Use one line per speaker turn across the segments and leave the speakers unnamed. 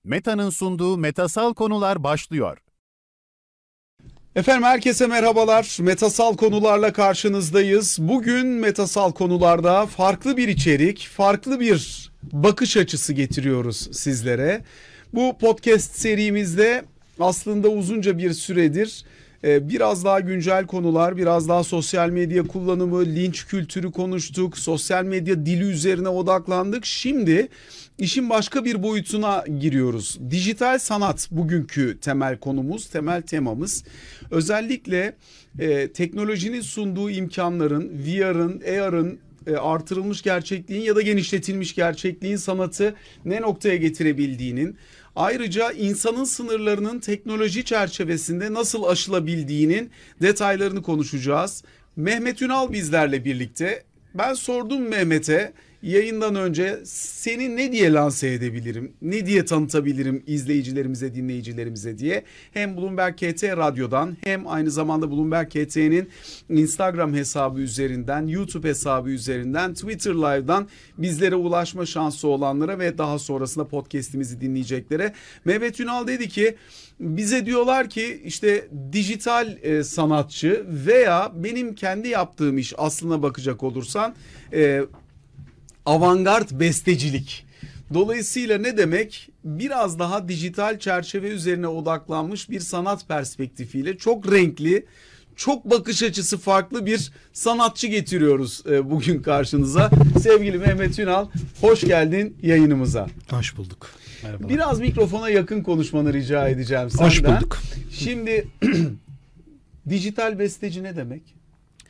Meta'nın sunduğu Metasal Konular başlıyor.
Efendim herkese merhabalar. Metasal konularla karşınızdayız. Bugün Metasal konularda farklı bir içerik, farklı bir bakış açısı getiriyoruz sizlere. Bu podcast serimizde aslında uzunca bir süredir biraz daha güncel konular, biraz daha sosyal medya kullanımı, linç kültürü konuştuk, sosyal medya dili üzerine odaklandık. Şimdi işin başka bir boyutuna giriyoruz. Dijital sanat bugünkü temel konumuz, temel temamız. Özellikle teknolojinin sunduğu imkanların, VR'ın, AR'ın, artırılmış gerçekliğin ya da genişletilmiş gerçekliğin sanatı ne noktaya getirebildiğinin, ayrıca insanın sınırlarının teknoloji çerçevesinde nasıl aşılabildiğinin detaylarını konuşacağız. Mehmet Ünal bizlerle birlikte. Ben sordum Mehmet'e yayından önce seni ne diye lanse edebilirim, ne diye tanıtabilirim izleyicilerimize, dinleyicilerimize diye. Hem Bloomberg KT Radyo'dan hem aynı zamanda Bloomberg KT'nin Instagram hesabı üzerinden, YouTube hesabı üzerinden, Twitter Live'dan bizlere ulaşma şansı olanlara ve daha sonrasında podcast'imizi dinleyeceklere. Mehmet Ünal dedi ki bize diyorlar ki işte dijital sanatçı veya benim kendi yaptığım iş aslına bakacak olursan avantgard bestecilik. Dolayısıyla ne demek? Biraz daha dijital çerçeve üzerine odaklanmış bir sanat perspektifiyle çok renkli, çok bakış açısı farklı bir sanatçı getiriyoruz bugün karşınıza. Sevgili Mehmet Ünal, hoş geldin yayınımıza.
Hoş bulduk. Merhabalar.
Biraz mikrofona yakın konuşmanı rica edeceğim senden.
Hoş bulduk.
Şimdi dijital besteci ne demek?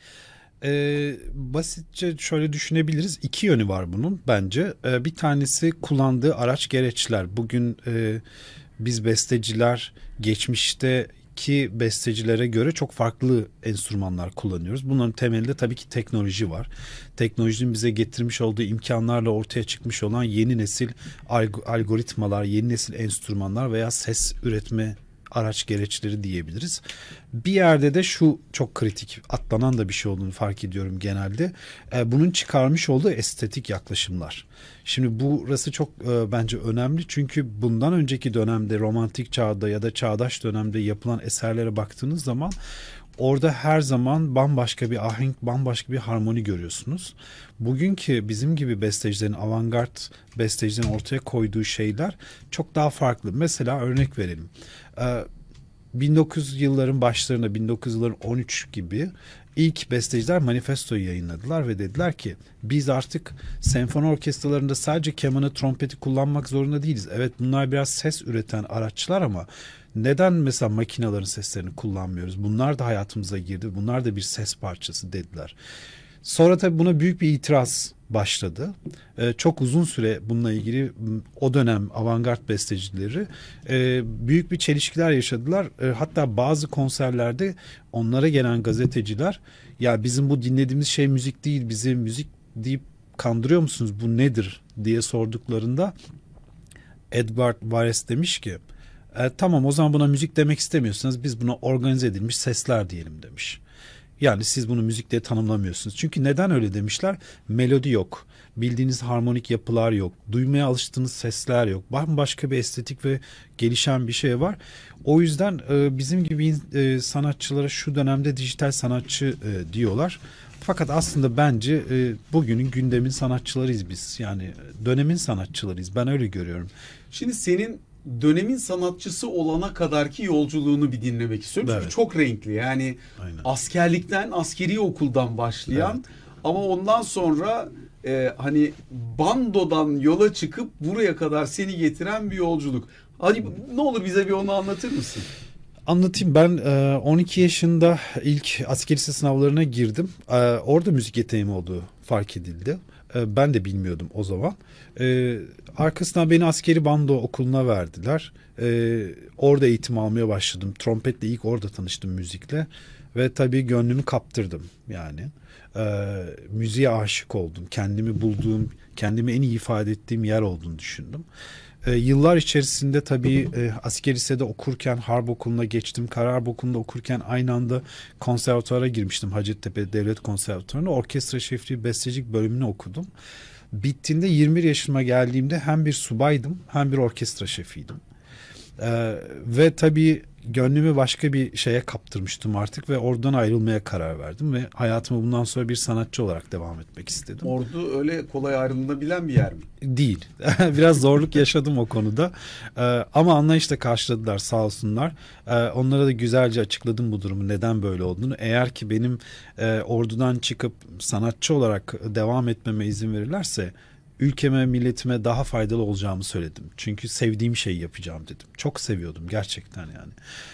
Basitçe şöyle düşünebiliriz. İki yönü var bunun bence. Bir tanesi kullandığı araç gereçler. Bugün biz besteciler geçmişteki bestecilere göre çok farklı enstrümanlar kullanıyoruz. Bunların temelinde tabii ki teknoloji var. Teknolojinin bize getirmiş olduğu imkanlarla ortaya çıkmış olan yeni nesil algoritmalar, yeni nesil enstrümanlar veya ses üretme araç gereçleri diyebiliriz. Bir yerde de şu çok kritik, atlanan da bir şey olduğunu fark ediyorum genelde. Bunun çıkarmış olduğu estetik yaklaşımlar. Şimdi burası çok bence önemli çünkü bundan önceki dönemde romantik çağda ya da çağdaş dönemde yapılan eserlere baktığınız zaman orada her zaman bambaşka bir ahenk, bambaşka bir harmoni görüyorsunuz. Bugünkü bizim gibi bestecilerin, avantgard bestecilerin ortaya koyduğu şeyler çok daha farklı. Mesela örnek verelim. 1900 yılların başlarında, 1900 yılların 13 gibi ilk besteciler manifestoyu yayınladılar ve dediler ki biz artık senfoni orkestralarında sadece kemanı, trompeti kullanmak zorunda değiliz. Evet, bunlar biraz ses üreten araçlar ama neden mesela makinelerin seslerini kullanmıyoruz? Bunlar da hayatımıza girdi. Bunlar da bir ses parçası dediler. Sonra tabii buna büyük bir itiraz başladı. Çok uzun süre bununla ilgili o dönem avantgard bestecileri büyük bir çelişkiler yaşadılar. Hatta bazı konserlerde onlara gelen gazeteciler ya bizim bu dinlediğimiz şey müzik değil, bizi müzik deyip kandırıyor musunuz, bu nedir diye sorduklarında Edward Vares demiş ki tamam, o zaman buna müzik demek istemiyorsanız biz buna organize edilmiş sesler diyelim demiş. Yani siz bunu müzik diye tanımlamıyorsunuz. Çünkü neden öyle demişler? Melodi yok. Bildiğiniz harmonik yapılar yok. Duymaya alıştığınız sesler yok. Bambaşka bir estetik ve gelişen bir şey var. O yüzden bizim gibi sanatçılara şu dönemde dijital sanatçı diyorlar. Fakat aslında bence bugünün gündemin sanatçılarıyız biz. Yani dönemin sanatçılarıyız. Ben öyle görüyorum.
Şimdi senin dönemin sanatçısı olana kadarki yolculuğunu bir dinlemek istiyorum. Evet. Çünkü çok renkli. Yani aynen. Askerlikten, askeri okuldan başlayan, evet, ama ondan sonra hani bandodan yola çıkıp buraya kadar seni getiren bir yolculuk. Hadi ne olur bize bir onu anlatır mısın?
Anlatayım. Ben 12 yaşında ilk askeri lise sınavlarına girdim. Orada müzik yeteneğim olduğu fark edildi. Ben de bilmiyordum o zaman. Arkasından beni askeri bando okuluna verdiler. Orada eğitim almaya başladım. Trompetle ilk orada tanıştım müzikle. Ve tabii gönlümü kaptırdım yani. Müziğe aşık oldum. Kendimi bulduğum, kendimi en iyi ifade ettiğim yer olduğunu düşündüm. Yıllar içerisinde tabii askeri lisede okurken Harp Okulu'na geçtim. Harp Okulu'nda okurken aynı anda konservatuvara girmiştim. Hacettepe Devlet Konservatuvarı'na. Orkestra şefliği bestecilik bölümünü okudum. Bittiğinde 21 yaşıma geldiğimde hem bir subaydım hem bir orkestra şefiydim. Ve tabii gönlümü başka bir şeye kaptırmıştım artık ve oradan ayrılmaya karar verdim ve hayatıma bundan sonra bir sanatçı olarak devam etmek istedim.
Ordu öyle kolay ayrılınabilen bir yer mi?
Değil. Biraz zorluk yaşadım o konuda. Ama anlayışla karşıladılar sağ olsunlar. Onlara da güzelce açıkladım bu durumu, neden böyle olduğunu. Eğer ki benim ordudan çıkıp sanatçı olarak devam etmeme izin verirlerse ülkeme, milletime daha faydalı olacağımı söyledim. Çünkü sevdiğim şeyi yapacağım dedim. Çok seviyordum gerçekten yani.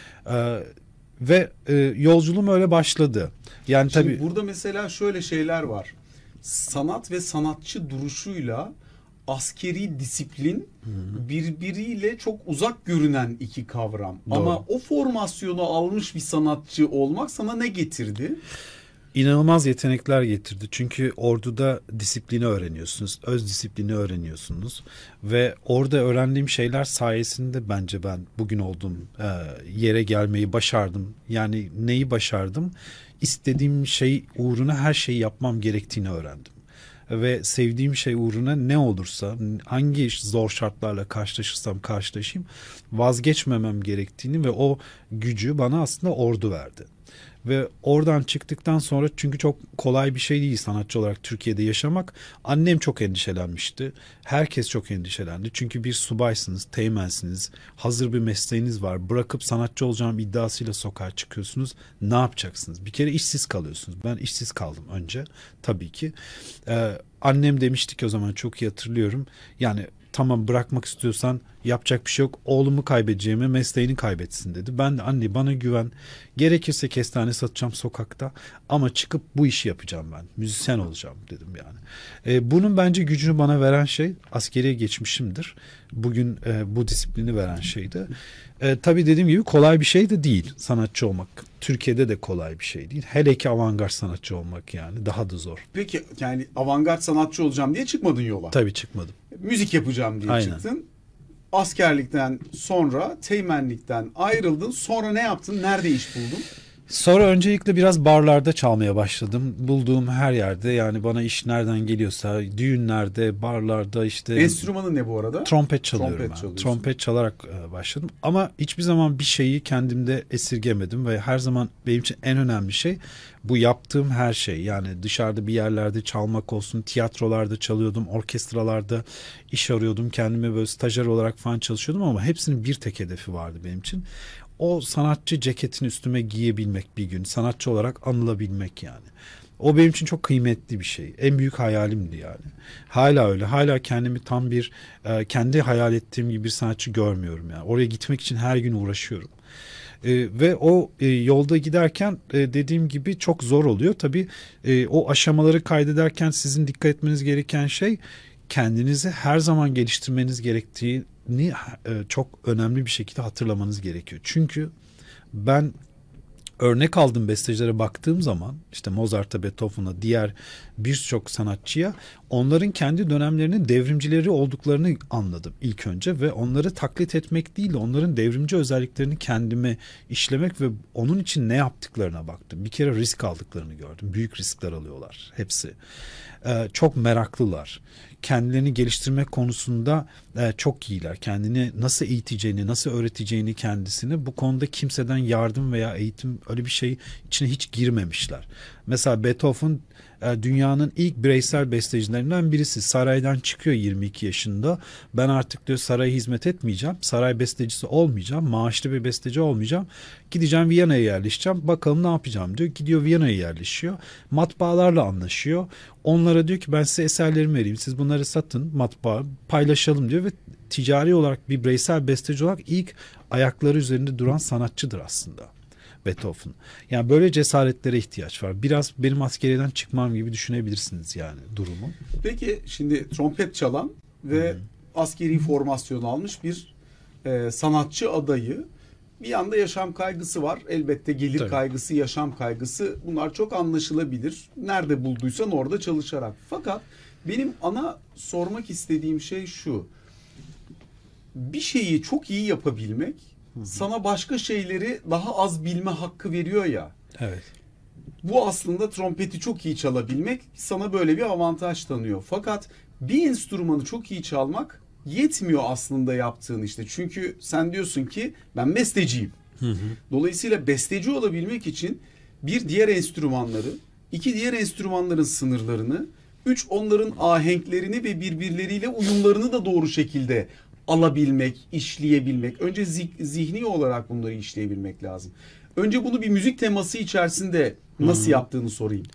Ve yolculuğum öyle başladı. Yani
Şimdi
tabii
burada mesela şöyle şeyler var. Sanat ve sanatçı duruşuyla askeri disiplin birbiriyle çok uzak görünen iki kavram.
Doğru.
Ama o formasyonu almış bir sanatçı olmak sana ne getirdi?
İnanılmaz yetenekler getirdi. Çünkü orduda disiplini öğreniyorsunuz. Öz disiplini öğreniyorsunuz. Ve orada öğrendiğim şeyler sayesinde bence ben bugün olduğum yere gelmeyi başardım. Yani neyi başardım? İstediğim şey uğruna her şeyi yapmam gerektiğini öğrendim. Ve sevdiğim şey uğruna ne olursa, hangi zor şartlarla karşılaşırsam karşılaşayım, vazgeçmemem gerektiğini ve o gücü bana aslında ordu verdi. Ve oradan çıktıktan sonra, çünkü çok kolay bir şey değil sanatçı olarak Türkiye'de yaşamak. Annem çok endişelenmişti. Herkes çok endişelendi. Çünkü bir subaysınız, teğmensiniz, hazır bir mesleğiniz var. Bırakıp sanatçı olacağım iddiasıyla sokağa çıkıyorsunuz. Ne yapacaksınız? Bir kere işsiz kalıyorsunuz. Ben işsiz kaldım önce tabii ki. Annem demişti ki o zaman, çok iyi hatırlıyorum. Yani tamam, bırakmak istiyorsan yapacak bir şey yok. Oğlumu kaybedeceğime mesleğini kaybetsin dedi. Ben de anne bana güven. Gerekirse kestane satacağım sokakta ama çıkıp bu işi yapacağım ben. Müzisyen olacağım dedim yani. Bunun bence gücünü bana veren şey askeriye geçmişimdir. Bugün bu disiplini veren şeydi. Tabii dediğim gibi kolay bir şey de değil sanatçı olmak. Türkiye'de de kolay bir şey değil. Hele ki avantgard sanatçı olmak yani daha da zor.
Peki yani avantgard sanatçı olacağım diye çıkmadın yola.
Tabii çıkmadım.
Müzik yapacağım diye
Aynen.
çıktın. Askerlikten sonra teğmenlikten ayrıldın. Sonra ne yaptın? Nerede iş buldun?
Sonra öncelikle biraz barlarda çalmaya başladım. Bulduğum her yerde, yani bana iş nereden geliyorsa, düğünlerde, barlarda işte.
Enstrümanın ne bu arada?
Trompet çalıyorum
Trompet
ben.
çalıyorsun.
Trompet çalarak başladım. Ama hiçbir zaman bir şeyi kendimde esirgemedim ve her zaman benim için en önemli şey bu yaptığım her şey. Yani dışarıda bir yerlerde çalmak olsun, tiyatrolarda çalıyordum, orkestralarda iş arıyordum. Kendime böyle stajyer olarak falan çalışıyordum ama hepsinin bir tek hedefi vardı benim için. O sanatçı ceketini üstüme giyebilmek bir gün. Sanatçı olarak anılabilmek yani. O benim için çok kıymetli bir şey. En büyük hayalimdi yani. Hala öyle. Hala kendimi tam bir kendi hayal ettiğim gibi bir sanatçı görmüyorum yani. Oraya gitmek için her gün uğraşıyorum. Ve o yolda giderken dediğim gibi çok zor oluyor. Tabii o aşamaları kaydederken sizin dikkat etmeniz gereken şey, kendinizi her zaman geliştirmeniz gerektiğini çok önemli bir şekilde hatırlamanız gerekiyor. Çünkü ben örnek aldığım bestecilere baktığım zaman, işte Mozart'a, Beethoven'a, diğer birçok sanatçıya, onların kendi dönemlerinin devrimcileri olduklarını anladım ilk önce ve onları taklit etmek değil de onların devrimci özelliklerini kendime işlemek ve onun için ne yaptıklarına baktım. Bir kere risk aldıklarını gördüm. Büyük riskler alıyorlar hepsi. Çok meraklılar. Kendilerini geliştirmek konusunda çok iyiler. Kendini nasıl eğiteceğini, nasıl öğreteceğini kendisini, bu konuda kimseden yardım veya eğitim, öyle bir şey içine hiç girmemişler. Mesela Beethoven dünyanın ilk bireysel bestecilerinden birisi. Saraydan çıkıyor 22 yaşında. Ben artık diyor saraya hizmet etmeyeceğim. Saray bestecisi olmayacağım. Maaşlı bir besteci olmayacağım. Gideceğim Viyana'ya yerleşeceğim. Bakalım ne yapacağım diyor. Gidiyor Viyana'ya yerleşiyor. Matbaalarla anlaşıyor. Onlara diyor ki ben size eserlerimi vereyim. Siz bunları satın, matbaa paylaşalım diyor ve ticari olarak bir bireysel besteci olarak ilk ayakları üzerinde duran sanatçıdır aslında Beethoven. Yani böyle cesaretlere ihtiyaç var. Biraz benim askeriyeden çıkmam gibi düşünebilirsiniz yani durumu.
Peki şimdi trompet çalan ve askeri formasyonu almış bir sanatçı adayı. Bir yanda yaşam kaygısı var. Elbette gelir
Tabii.
kaygısı, yaşam kaygısı. Bunlar çok anlaşılabilir. Nerede bulduysan orada çalışarak. Fakat benim ana sormak istediğim şey şu. Bir şeyi çok iyi yapabilmek sana başka şeyleri daha az bilme hakkı veriyor ya.
Evet.
Bu aslında trompeti çok iyi çalabilmek sana böyle bir avantaj tanıyor. Fakat Bir enstrümanı çok iyi çalmak yetmiyor aslında yaptığın işte. Çünkü sen diyorsun ki ben besteciyim. Dolayısıyla besteci olabilmek için bir, diğer enstrümanları, iki, diğer enstrümanların sınırlarını, üç, onların ahenklerini ve birbirleriyle uyumlarını da doğru şekilde alabilmek, işleyebilmek. Önce zihni olarak bunları işleyebilmek lazım. Önce bunu bir müzik teması içerisinde nasıl yaptığını sorayım.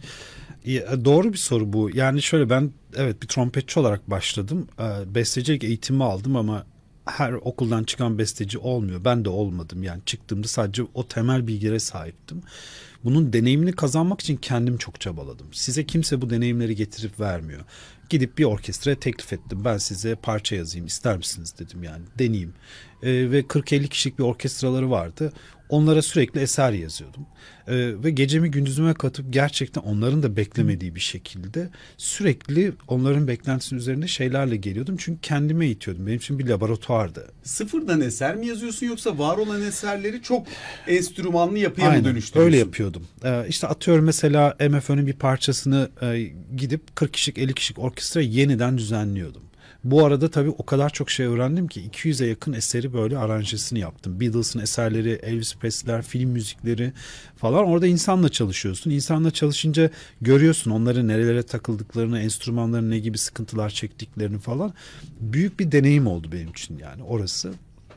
Doğru bir soru bu. Yani şöyle, ben evet bir trompetçi olarak başladım. Bestecilik eğitimi aldım ama her okuldan çıkan besteci olmuyor. Ben de olmadım. Yani çıktığımda sadece o temel bilgilere sahiptim. Bunun deneyimini kazanmak için kendim çok çabaladım. Size kimse bu deneyimleri getirip vermiyor. Gidip bir orkestraya teklif ettim. Ben size parça yazayım, ister misiniz dedim, yani deneyeyim. Ve 40-50 kişilik bir orkestraları vardı. Onlara sürekli eser yazıyordum. Ve gecemi gündüzüme katıp gerçekten onların da beklemediği bir şekilde sürekli onların beklentisinin üzerinde şeylerle geliyordum. Çünkü kendime eğitiyordum. Benim için bir laboratuvardı.
Sıfırdan eser mi yazıyorsun yoksa var olan eserleri çok enstrümanlı yapıya mı dönüştürüyorsun?
Öyle yapıyordum. İşte atıyorum, mesela MFÖ'nün bir parçasını gidip 40 kişilik 50 kişilik orkestra yeniden düzenliyordum. Bu arada tabii o kadar çok şey öğrendim ki 200'e yakın eseri böyle aranjesini yaptım. Beatles'ın eserleri, Elvis Presley'ler, film müzikleri falan. Orada insanla çalışıyorsun. İnsanla çalışınca görüyorsun onların nerelere takıldıklarını, enstrümanların ne gibi sıkıntılar çektiklerini falan. Büyük bir deneyim oldu benim için yani orası.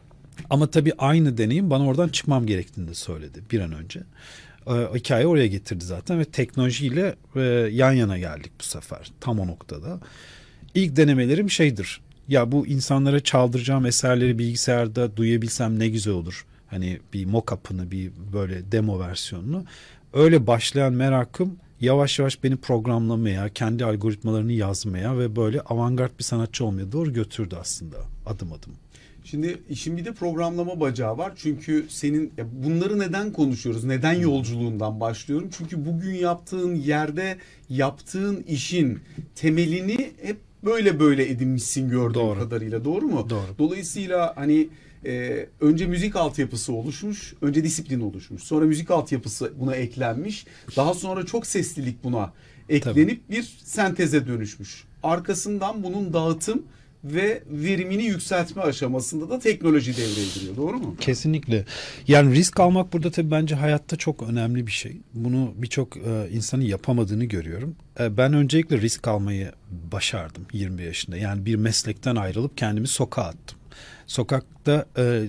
Ama tabii aynı deneyim bana oradan çıkmam gerektiğini de söyledi bir an önce. Hikaye oraya getirdi zaten ve teknolojiyle yan yana geldik bu sefer tam o noktada. İlk denemelerim şeydir. Ya bu insanlara çaldıracağım eserleri bilgisayarda duyabilsem ne güzel olur. Hani bir mock-up'ını, bir böyle demo versiyonunu. Öyle başlayan merakım yavaş yavaş beni programlamaya, kendi algoritmalarını yazmaya ve böyle avantgard bir sanatçı olmaya doğru götürdü aslında adım adım.
Şimdi işin bir de programlama bacağı var. Çünkü senin bunları neden konuşuyoruz? Neden yolculuğundan başlıyorum? Çünkü bugün yaptığın yerde yaptığın işin temelini hep böyle edinmişsin gördüğüm kadarıyla. Doğru mu?
Doğru.
Dolayısıyla hani önce müzik altyapısı oluşmuş, önce disiplin oluşmuş. Sonra müzik altyapısı buna eklenmiş. Daha sonra çok seslilik buna eklenip bir senteze dönüşmüş. Arkasından bunun dağıtım ve verimini yükseltme aşamasında da teknoloji devreye giriyor. Doğru mu?
Kesinlikle. Yani risk almak burada tabii bence hayatta çok önemli bir şey. Bunu birçok insanın yapamadığını görüyorum. Ben öncelikle risk almayı başardım 21 yaşında. Yani bir meslekten ayrılıp kendimi sokağa attım. Sokakta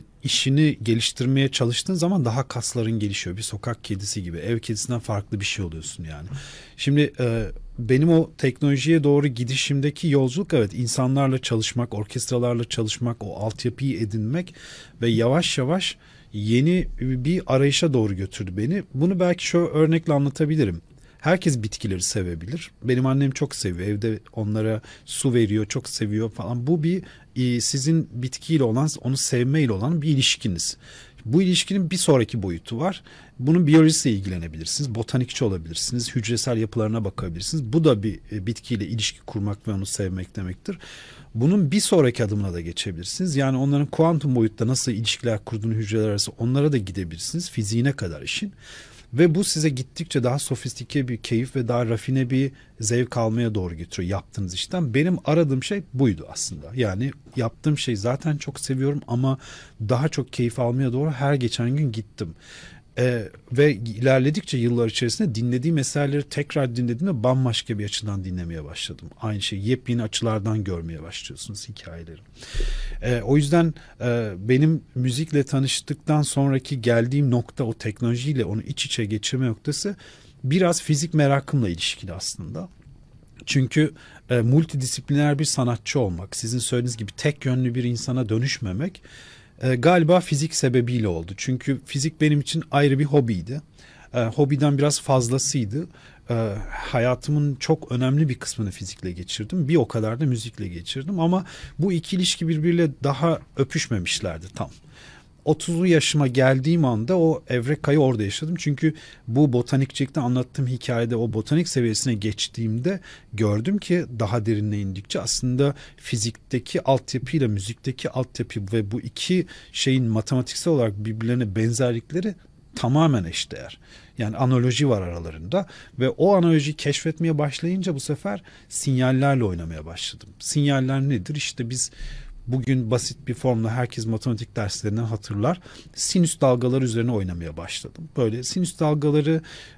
işini geliştirmeye çalıştığın zaman daha kasların gelişiyor. Bir sokak kedisi gibi. Ev kedisinden farklı bir şey oluyorsun yani. Şimdi benim o teknolojiye doğru gidişimdeki yolculuk, evet, insanlarla çalışmak, orkestralarla çalışmak, o altyapıyı edinmek ve yavaş yavaş yeni bir arayışa doğru götürdü beni. Bunu belki şu örnekle anlatabilirim. Herkes bitkileri sevebilir. Benim annem çok seviyor. Evde onlara su veriyor, çok seviyor falan. Bu bir sizin bitkiyle olan, onu sevmeyle olan bir ilişkiniz. Bu ilişkinin bir sonraki boyutu var. Bunun biyolojisiyle ilgilenebilirsiniz. Botanikçi olabilirsiniz. Hücresel yapılarına bakabilirsiniz. Bu da bir bitkiyle ilişki kurmak ve onu sevmek demektir. Bunun bir sonraki adımına da geçebilirsiniz. Yani onların kuantum boyutta nasıl ilişkiler kurduğunu hücreler arası, onlara da gidebilirsiniz. Fiziğine kadar işin. Ve bu size gittikçe daha sofistike bir keyif ve daha rafine bir zevk almaya doğru götürüyor yaptığınız işten. Benim aradığım şey buydu aslında. Yani yaptığım şeyi zaten çok seviyorum ama daha çok keyif almaya doğru her geçen gün gittim. Ve ilerledikçe yıllar içerisinde dinlediğim eserleri tekrar dinlediğimde bambaşka bir açıdan dinlemeye başladım. Aynı şeyi yepyeni açılardan görmeye başlıyorsunuz hikayeleri. O yüzden benim müzikle tanıştıktan sonraki geldiğim nokta, o teknolojiyle onu iç içe geçirme noktası biraz fizik merakımla ilişkili aslında. Çünkü multidisipliner bir sanatçı olmak, sizin söylediğiniz gibi tek yönlü bir insana dönüşmemek galiba fizik sebebiyle oldu. Çünkü fizik benim için ayrı bir hobiydi. Hobiden biraz fazlasıydı. Hayatımın çok önemli bir kısmını fizikle geçirdim. Bir o kadar da müzikle geçirdim. Ama bu iki ilişki birbiriyle daha öpüşmemişlerdi tam. 30'lu yaşıma geldiğim anda o evrekayı orada yaşadım. Çünkü bu botanikçilikte anlattığım hikayede o botanik seviyesine geçtiğimde gördüm ki daha derinine indikçe aslında fizikteki altyapıyla müzikteki altyapı ve bu iki şeyin matematiksel olarak birbirlerine benzerlikleri tamamen eşdeğer. Yani analoji var aralarında ve o analojiyi keşfetmeye başlayınca bu sefer sinyallerle oynamaya başladım. Sinyaller nedir? İşte biz bugün basit bir formla herkes matematik derslerinden hatırlar. Sinüs dalgaları üzerine oynamaya başladım. Böyle sinüs dalgaları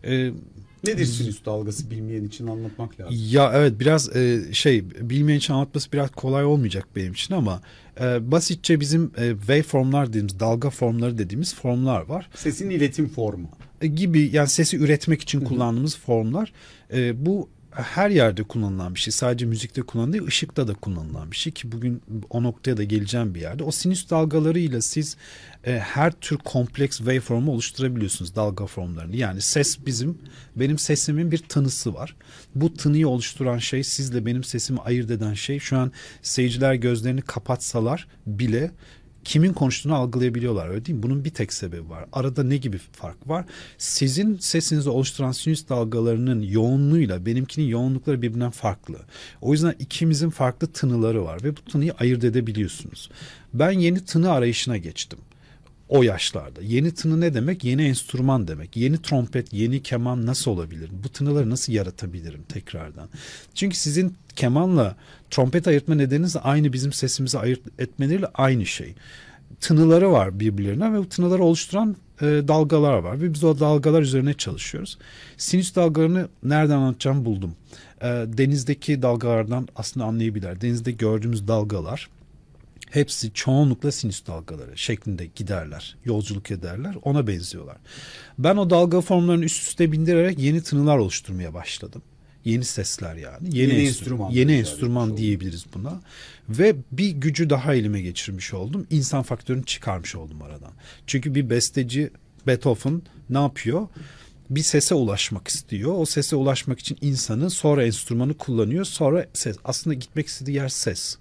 Nedir sinüs dalgası, bilmeyen için anlatmak lazım.
ya evet biraz bilmeyen için anlatması biraz kolay olmayacak benim için ama basitçe bizim waveformlar dediğimiz, dalga formları dediğimiz formlar var.
Sesin iletim formu.
Gibi, yani sesi üretmek için kullandığımız formlar. Bu her yerde kullanılan bir şey. Sadece müzikte kullanılan değil, ışıkta da kullanılan bir şey ki bugün o noktaya da geleceğim bir yerde. O sinüs dalgalarıyla siz her tür kompleks waveformu oluşturabiliyorsunuz, dalga formlarını. Yani ses benim sesimin bir tınısı var. Bu tınıyı oluşturan şey, sizle benim sesimi ayırt eden şey, şu an seyirciler gözlerini kapatsalar bile kimin konuştuğunu algılayabiliyorlar, öyle değil mi? Bunun bir tek sebebi var. Arada ne gibi fark var? Sizin sesinizi oluşturan sinüs dalgalarının yoğunluğuyla benimkinin yoğunlukları birbirinden farklı. O yüzden ikimizin farklı tınıları var ve bu tınıyı ayırt edebiliyorsunuz. Ben yeni tını arayışına geçtim. O yaşlarda. Yeni tını ne demek? Yeni enstrüman demek. Yeni trompet, yeni keman nasıl olabilir? Bu tınıları nasıl yaratabilirim tekrardan? Çünkü sizin kemanla trompet ayırtma nedeniniz aynı, bizim sesimizi ayırt etmeleriyle aynı şey. Tınıları var birbirlerine ve bu tınıları oluşturan dalgalar var ve biz o dalgalar üzerine çalışıyoruz. Sinüs dalgalarını nereden anlatacağımı buldum. Denizdeki dalgalardan aslında anlayabilirler. Denizde gördüğümüz dalgalar hepsi çoğunlukla sinüs dalgaları şeklinde giderler, yolculuk ederler, ona benziyorlar. Ben o dalga formlarını üst üste bindirerek yeni tınılar oluşturmaya başladım. Yeni sesler yani. Yeni enstrüman diyebiliriz buna. Ve bir gücü daha elime geçirmiş oldum. İnsan faktörünü çıkarmış oldum aradan. Çünkü bir besteci Beethoven ne yapıyor? Bir sese ulaşmak istiyor. O sese ulaşmak için insanı, sonra enstrümanı kullanıyor. Sonra ses. Aslında gitmek istediği yer ses.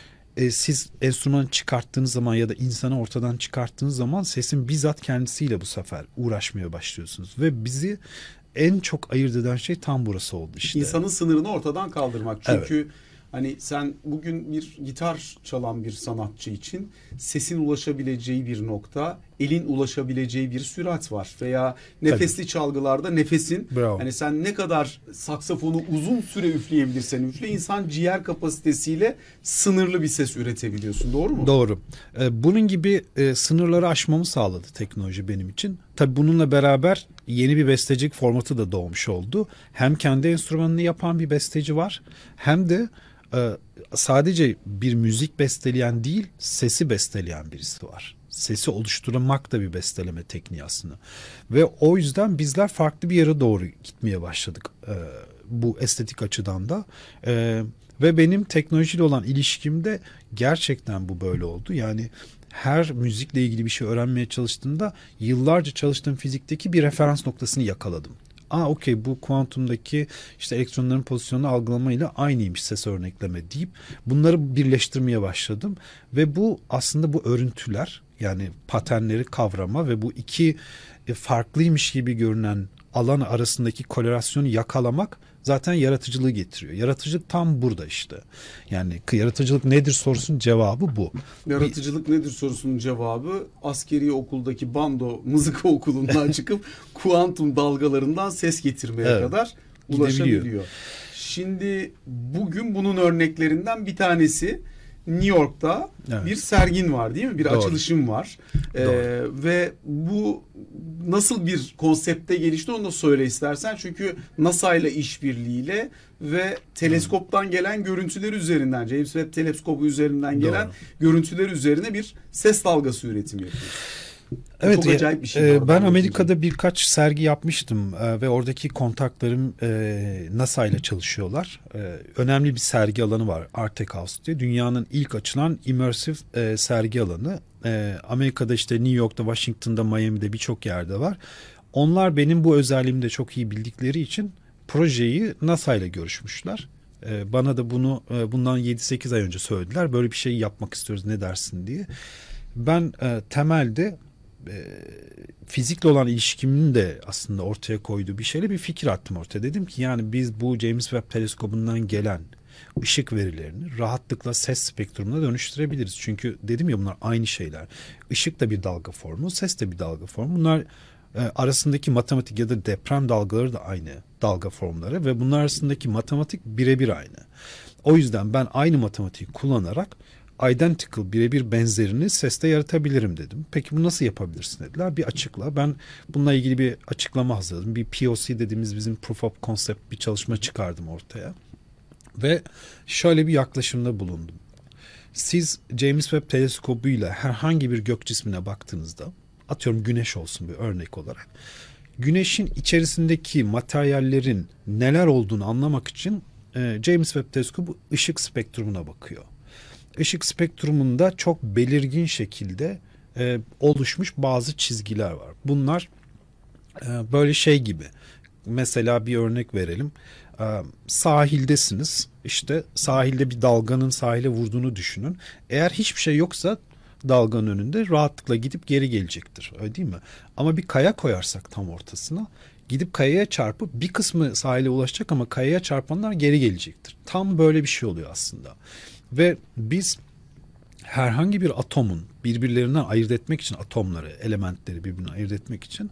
Siz enstrümanı çıkarttığınız zaman ya da insanı ortadan çıkarttığınız zaman sesin bizzat kendisiyle bu sefer uğraşmaya başlıyorsunuz. Ve bizi en çok ayırt eden şey tam burası oldu işte.
İnsanın sınırını ortadan kaldırmak. Çünkü hani sen bugün bir gitar çalan bir sanatçı için sesin ulaşabileceği bir nokta, elin ulaşabileceği bir sürat var. Veya nefesli çalgılarda nefesin, hani sen ne kadar saksafonu uzun süre üfleyebilirsen üfle, insan ciğer kapasitesiyle sınırlı bir ses üretebiliyorsun. Doğru mu?
Doğru. Bunun gibi sınırları aşmamı sağladı teknoloji benim için. Tabii bununla beraber yeni bir bestecilik formatı da doğmuş oldu. Hem kendi enstrümanını yapan bir besteci var, hem de sadece bir müzik besteleyen değil, sesi besteleyen birisi var. Sesi oluşturmak da bir besteleme tekniği aslında. Ve o yüzden bizler farklı bir yere doğru gitmeye başladık bu estetik açıdan da. Ve benim teknolojiyle olan ilişkimde gerçekten bu böyle oldu. Yani her müzikle ilgili bir şey öğrenmeye çalıştığımda yıllarca çalıştığım fizikteki bir referans noktasını yakaladım. Okey, bu kuantumdaki işte elektronların pozisyonunu algılamayla aynıymış ses örnekleme deyip bunları birleştirmeye başladım. Ve bu aslında bu örüntüler, yani paternleri kavrama ve bu iki farklıymış gibi görünen alan arasındaki korelasyonu yakalamak zaten yaratıcılığı getiriyor. Yaratıcılık tam burada işte. Yani yaratıcılık nedir sorusunun cevabı bu.
Yaratıcılık nedir sorusunun cevabı askeri okuldaki bando mızıka okulundan çıkıp kuantum dalgalarından ses getirmeye kadar ulaşabiliyor. Şimdi bugün bunun örneklerinden bir tanesi New York'ta bir sergin var, değil mi? Bir açılışım var. Ve bu nasıl bir konsepte gelişti onu da söyle istersen. Çünkü NASA ile işbirliğiyle ve teleskoptan gelen görüntüler üzerinden, James Webb teleskobu üzerinden gelen görüntüler üzerine bir ses dalgası üretimi yapıyoruz.
Evet,
çok acayip bir şey.
Ben Amerika'da birkaç sergi yapmıştım ve oradaki kontaklarım NASA ile çalışıyorlar. Önemli bir sergi alanı var, Arte House diye. Dünyanın ilk açılan immersive sergi alanı. Amerika'da işte New York'ta, Washington'da, Miami'de birçok yerde var. Onlar benim bu özelliğimi de çok iyi bildikleri için projeyi NASA ile görüşmüşler. Bana da bunu bundan 7-8 ay önce söylediler. Böyle bir şey yapmak istiyoruz, ne dersin diye. Ben temelde fizikle olan ilişkimin de aslında ortaya koyduğu bir şeyle bir fikir attım ortaya. Dedim ki yani biz bu James Webb teleskobundan gelen ışık verilerini rahatlıkla ses spektrumuna dönüştürebiliriz. Çünkü dedim ya, bunlar aynı şeyler. Işık da bir dalga formu, ses de bir dalga formu. Bunlar arasındaki matematik ya da deprem dalgaları da aynı dalga formları ve bunlar arasındaki matematik birebir aynı. O yüzden ben aynı matematiği kullanarak identical, birebir benzerini seste yaratabilirim dedim. Peki bu nasıl yapabilirsin dediler. Bir açıkla. Ben bununla ilgili bir açıklama hazırladım. Bir POC dediğimiz bizim Proof of Concept bir çalışma çıkardım ortaya. Ve şöyle bir yaklaşımda bulundum. Siz James Webb teleskobuyla herhangi bir gök cismine baktığınızda, atıyorum güneş olsun bir örnek olarak, güneşin içerisindeki materyallerin neler olduğunu anlamak için James Webb teleskobu ışık spektrumuna bakıyor. Işık spektrumunda çok belirgin şekilde oluşmuş bazı çizgiler var. Bunlar böyle şey gibi. Mesela bir örnek verelim. Sahildesiniz. İşte sahilde bir dalganın sahile vurduğunu düşünün. Eğer hiçbir şey yoksa dalganın önünde rahatlıkla gidip geri gelecektir. Öyle değil mi? Ama bir kaya koyarsak tam ortasına, gidip kayaya çarpıp bir kısmı sahile ulaşacak ama kayaya çarpanlar geri gelecektir. Tam böyle bir şey oluyor aslında. Ve biz herhangi bir atomun birbirlerinden ayırt etmek için, atomları, elementleri birbirinden ayırt etmek için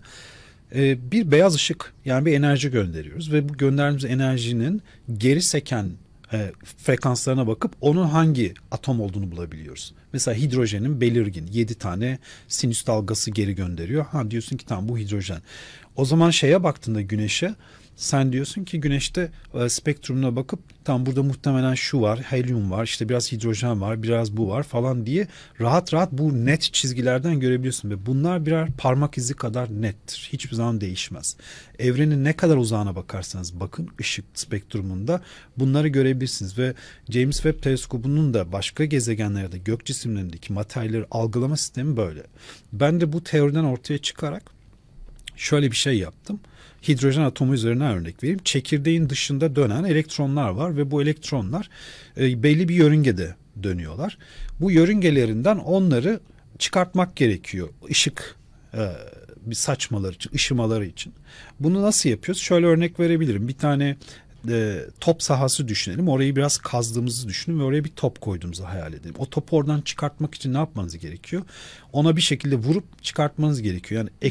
bir beyaz ışık, yani bir enerji gönderiyoruz ve bu gönderdiğimiz enerjinin geri seken frekanslarına bakıp onun hangi atom olduğunu bulabiliyoruz. Mesela hidrojenin belirgin 7 tane sinüs dalgası geri gönderiyor. Ha diyorsun ki tamam bu hidrojen. O zaman şeye baktığında güneşe, sen diyorsun ki güneşte spektrumuna bakıp tam burada muhtemelen şu var, helyum var, işte biraz hidrojen var, biraz bu var falan diye rahat rahat bu net çizgilerden görebiliyorsun. Ve bunlar birer parmak izi kadar nettir. Hiçbir zaman değişmez. Evrenin ne kadar uzağına bakarsanız bakın ışık spektrumunda bunları görebilirsiniz. Ve James Webb teleskobunun da başka gezegenlerde, gök cisimlerindeki materyalleri algılama sistemi böyle. Ben de bu teoriden ortaya çıkarak şöyle bir şey yaptım. Hidrojen atomu üzerinden örnek vereyim. Çekirdeğin dışında dönen elektronlar var ve bu elektronlar belli bir yörüngede dönüyorlar. Bu yörüngelerinden onları çıkartmak gerekiyor. Işık bir saçmaları için, ışımaları için. Bunu nasıl yapıyoruz? Şöyle örnek verebilirim. Bir tane top sahası düşünelim. Orayı biraz kazdığımızı düşünün ve oraya bir top koyduğumuzu hayal edelim. O topu oradan çıkartmak için ne yapmanız gerekiyor? Ona bir şekilde vurup çıkartmanız gerekiyor. Yani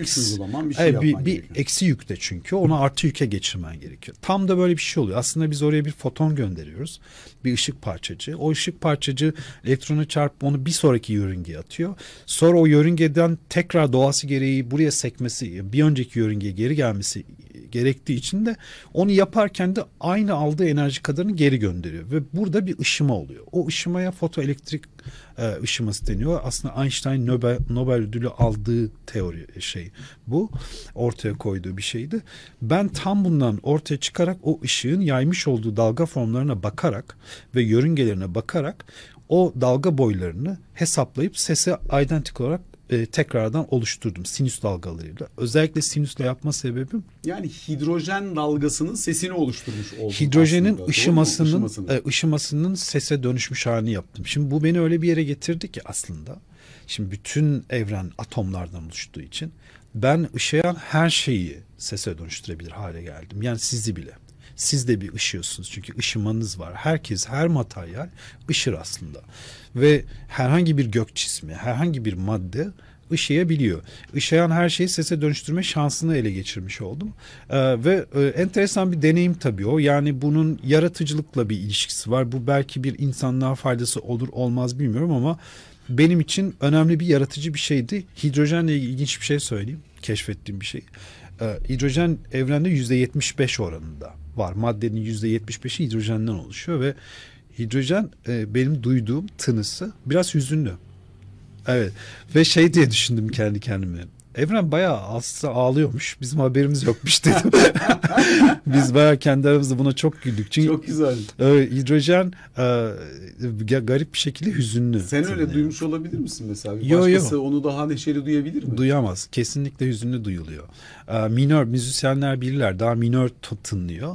bir eksi yükte çünkü. Onu artı yüke geçirmen gerekiyor. Tam da böyle bir şey oluyor. Aslında biz oraya bir foton gönderiyoruz. Bir ışık parçacığı. O ışık parçacığı elektronu çarpıp onu bir sonraki yörüngeye atıyor. Sonra o yörüngeden tekrar doğası gereği buraya sekmesi, bir önceki yörüngeye geri gelmesi gerektiği için de onu yaparken de aynı aldığı enerji kadarını geri gönderiyor ve burada bir ışıma oluyor. O ışımaya fotoelektrik ışıması deniyor. Aslında Einstein Nobel ödülü aldığı teori bu. Ortaya koyduğu bir şeydi. Ben tam bundan ortaya çıkarak o ışığın yaymış olduğu dalga formlarına bakarak ve yörüngelerine bakarak o dalga boylarını hesaplayıp sese identical olarak tekrardan oluşturdum sinüs dalgalarıyla. Özellikle sinüsle yapma sebebim,
yani hidrojen dalgasının sesini oluşturmuş oldum.
Hidrojenin ışımasının sese dönüşmüş halini yaptım. Şimdi bu beni öyle bir yere getirdi ki aslında. Şimdi bütün evren atomlardan oluştuğu için ben ışıyan her şeyi sese dönüştürebilir hale geldim. Yani sizi bile. Siz de bir ışıyorsunuz çünkü ışımanız var. Herkes, her materyal ışır aslında. Ve herhangi bir gök cismi, herhangi bir madde ışıyabiliyor. Işıyan her şeyi sese dönüştürme şansını ele geçirmiş oldum. Ve enteresan bir deneyim tabii o. Yani bunun yaratıcılıkla bir ilişkisi var. Bu belki bir insanlığa faydası olur olmaz bilmiyorum ama benim için önemli bir yaratıcı bir şeydi. Hidrojenle ilgili ilginç bir şey söyleyeyim. Keşfettiğim bir şey. Hidrojen evrende %75 oranında var. Maddenin %75'i hidrojenden oluşuyor ve hidrojen benim duyduğum tınısı biraz hüzünlü. Evet. Ve şey diye düşündüm kendi kendime. Evren bayağı aslında ağlıyormuş. Bizim haberimiz yokmuş dedim. Biz bayağı kendi aramızda buna çok güldük. Çünkü
çok güzel.
Hidrojen garip bir şekilde hüzünlü.
Sen öyle yani duymuş olabilir misin mesela? Başkası onu daha neşeli duyabilir mi?
Duyamaz. Kesinlikle hüzünlü duyuluyor. Minör, müzisyenler bilirler. Daha minör tınlıyor.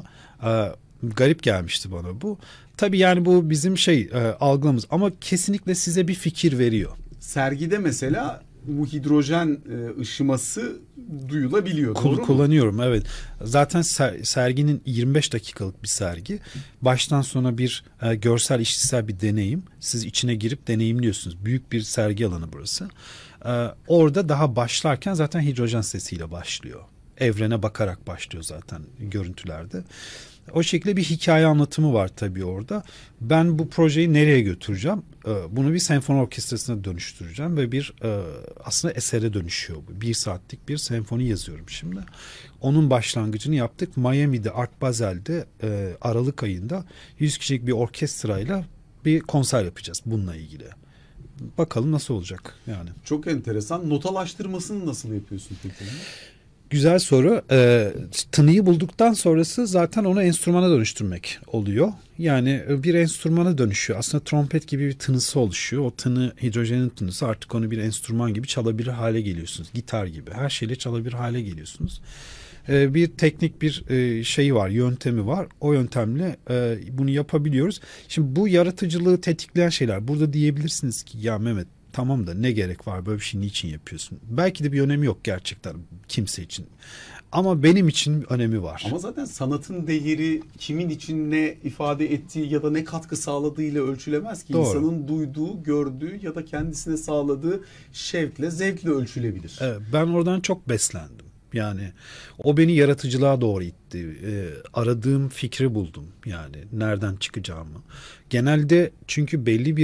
Garip gelmişti bana bu. Tabii yani bu bizim algılamız ama kesinlikle size bir fikir veriyor.
Sergide mesela bu hidrojen ışıması duyulabiliyor. Doğru mu?
Kullanıyorum, evet. Zaten serginin 25 dakikalık bir sergi. Baştan sona bir görsel işitsel bir deneyim. Siz içine girip deneyimliyorsunuz. Büyük bir sergi alanı burası. Orada daha başlarken zaten hidrojen sesiyle başlıyor. Evrene bakarak başlıyor zaten görüntülerde. O şekilde bir hikaye anlatımı var tabii orada. Ben bu projeyi nereye götüreceğim? Bunu bir senfoni orkestrasına dönüştüreceğim ve bir aslında esere dönüşüyor bu. 1 saatlik bir senfoni yazıyorum şimdi. Onun başlangıcını yaptık. Miami'de Art Basel'de Aralık ayında 100 kişilik bir orkestrayla bir konser yapacağız bununla ilgili. Bakalım nasıl olacak yani.
Çok enteresan. Notalaştırmasını nasıl yapıyorsun peki?
Güzel soru. Tınıyı bulduktan sonrası zaten onu enstrümana dönüştürmek oluyor. Yani bir enstrümana dönüşüyor. Aslında trompet gibi bir tınısı oluşuyor. O tını, hidrojenin tınısı, artık onu bir enstrüman gibi çalabilir hale geliyorsunuz. Gitar gibi her şeyle çalabilir hale geliyorsunuz. Bir teknik bir şeyi var, yöntemi var. O yöntemle bunu yapabiliyoruz. Şimdi bu yaratıcılığı tetikleyen şeyler. Burada diyebilirsiniz ki ya Mehmet, tamam da ne gerek var, böyle bir şey niçin yapıyorsun? Belki de bir önemi yok gerçekten kimse için. Ama benim için bir önemi var.
Ama zaten sanatın değeri kimin için ne ifade ettiği ya da ne katkı sağladığıyla ölçülemez ki.
Doğru.
İnsanın duyduğu, gördüğü ya da kendisine sağladığı şevkle, zevkle ölçülebilir.
Evet, ben oradan çok beslendim. Yani o beni yaratıcılığa doğru itti. Aradığım fikri buldum. Yani nereden çıkacağımı. Genelde çünkü belli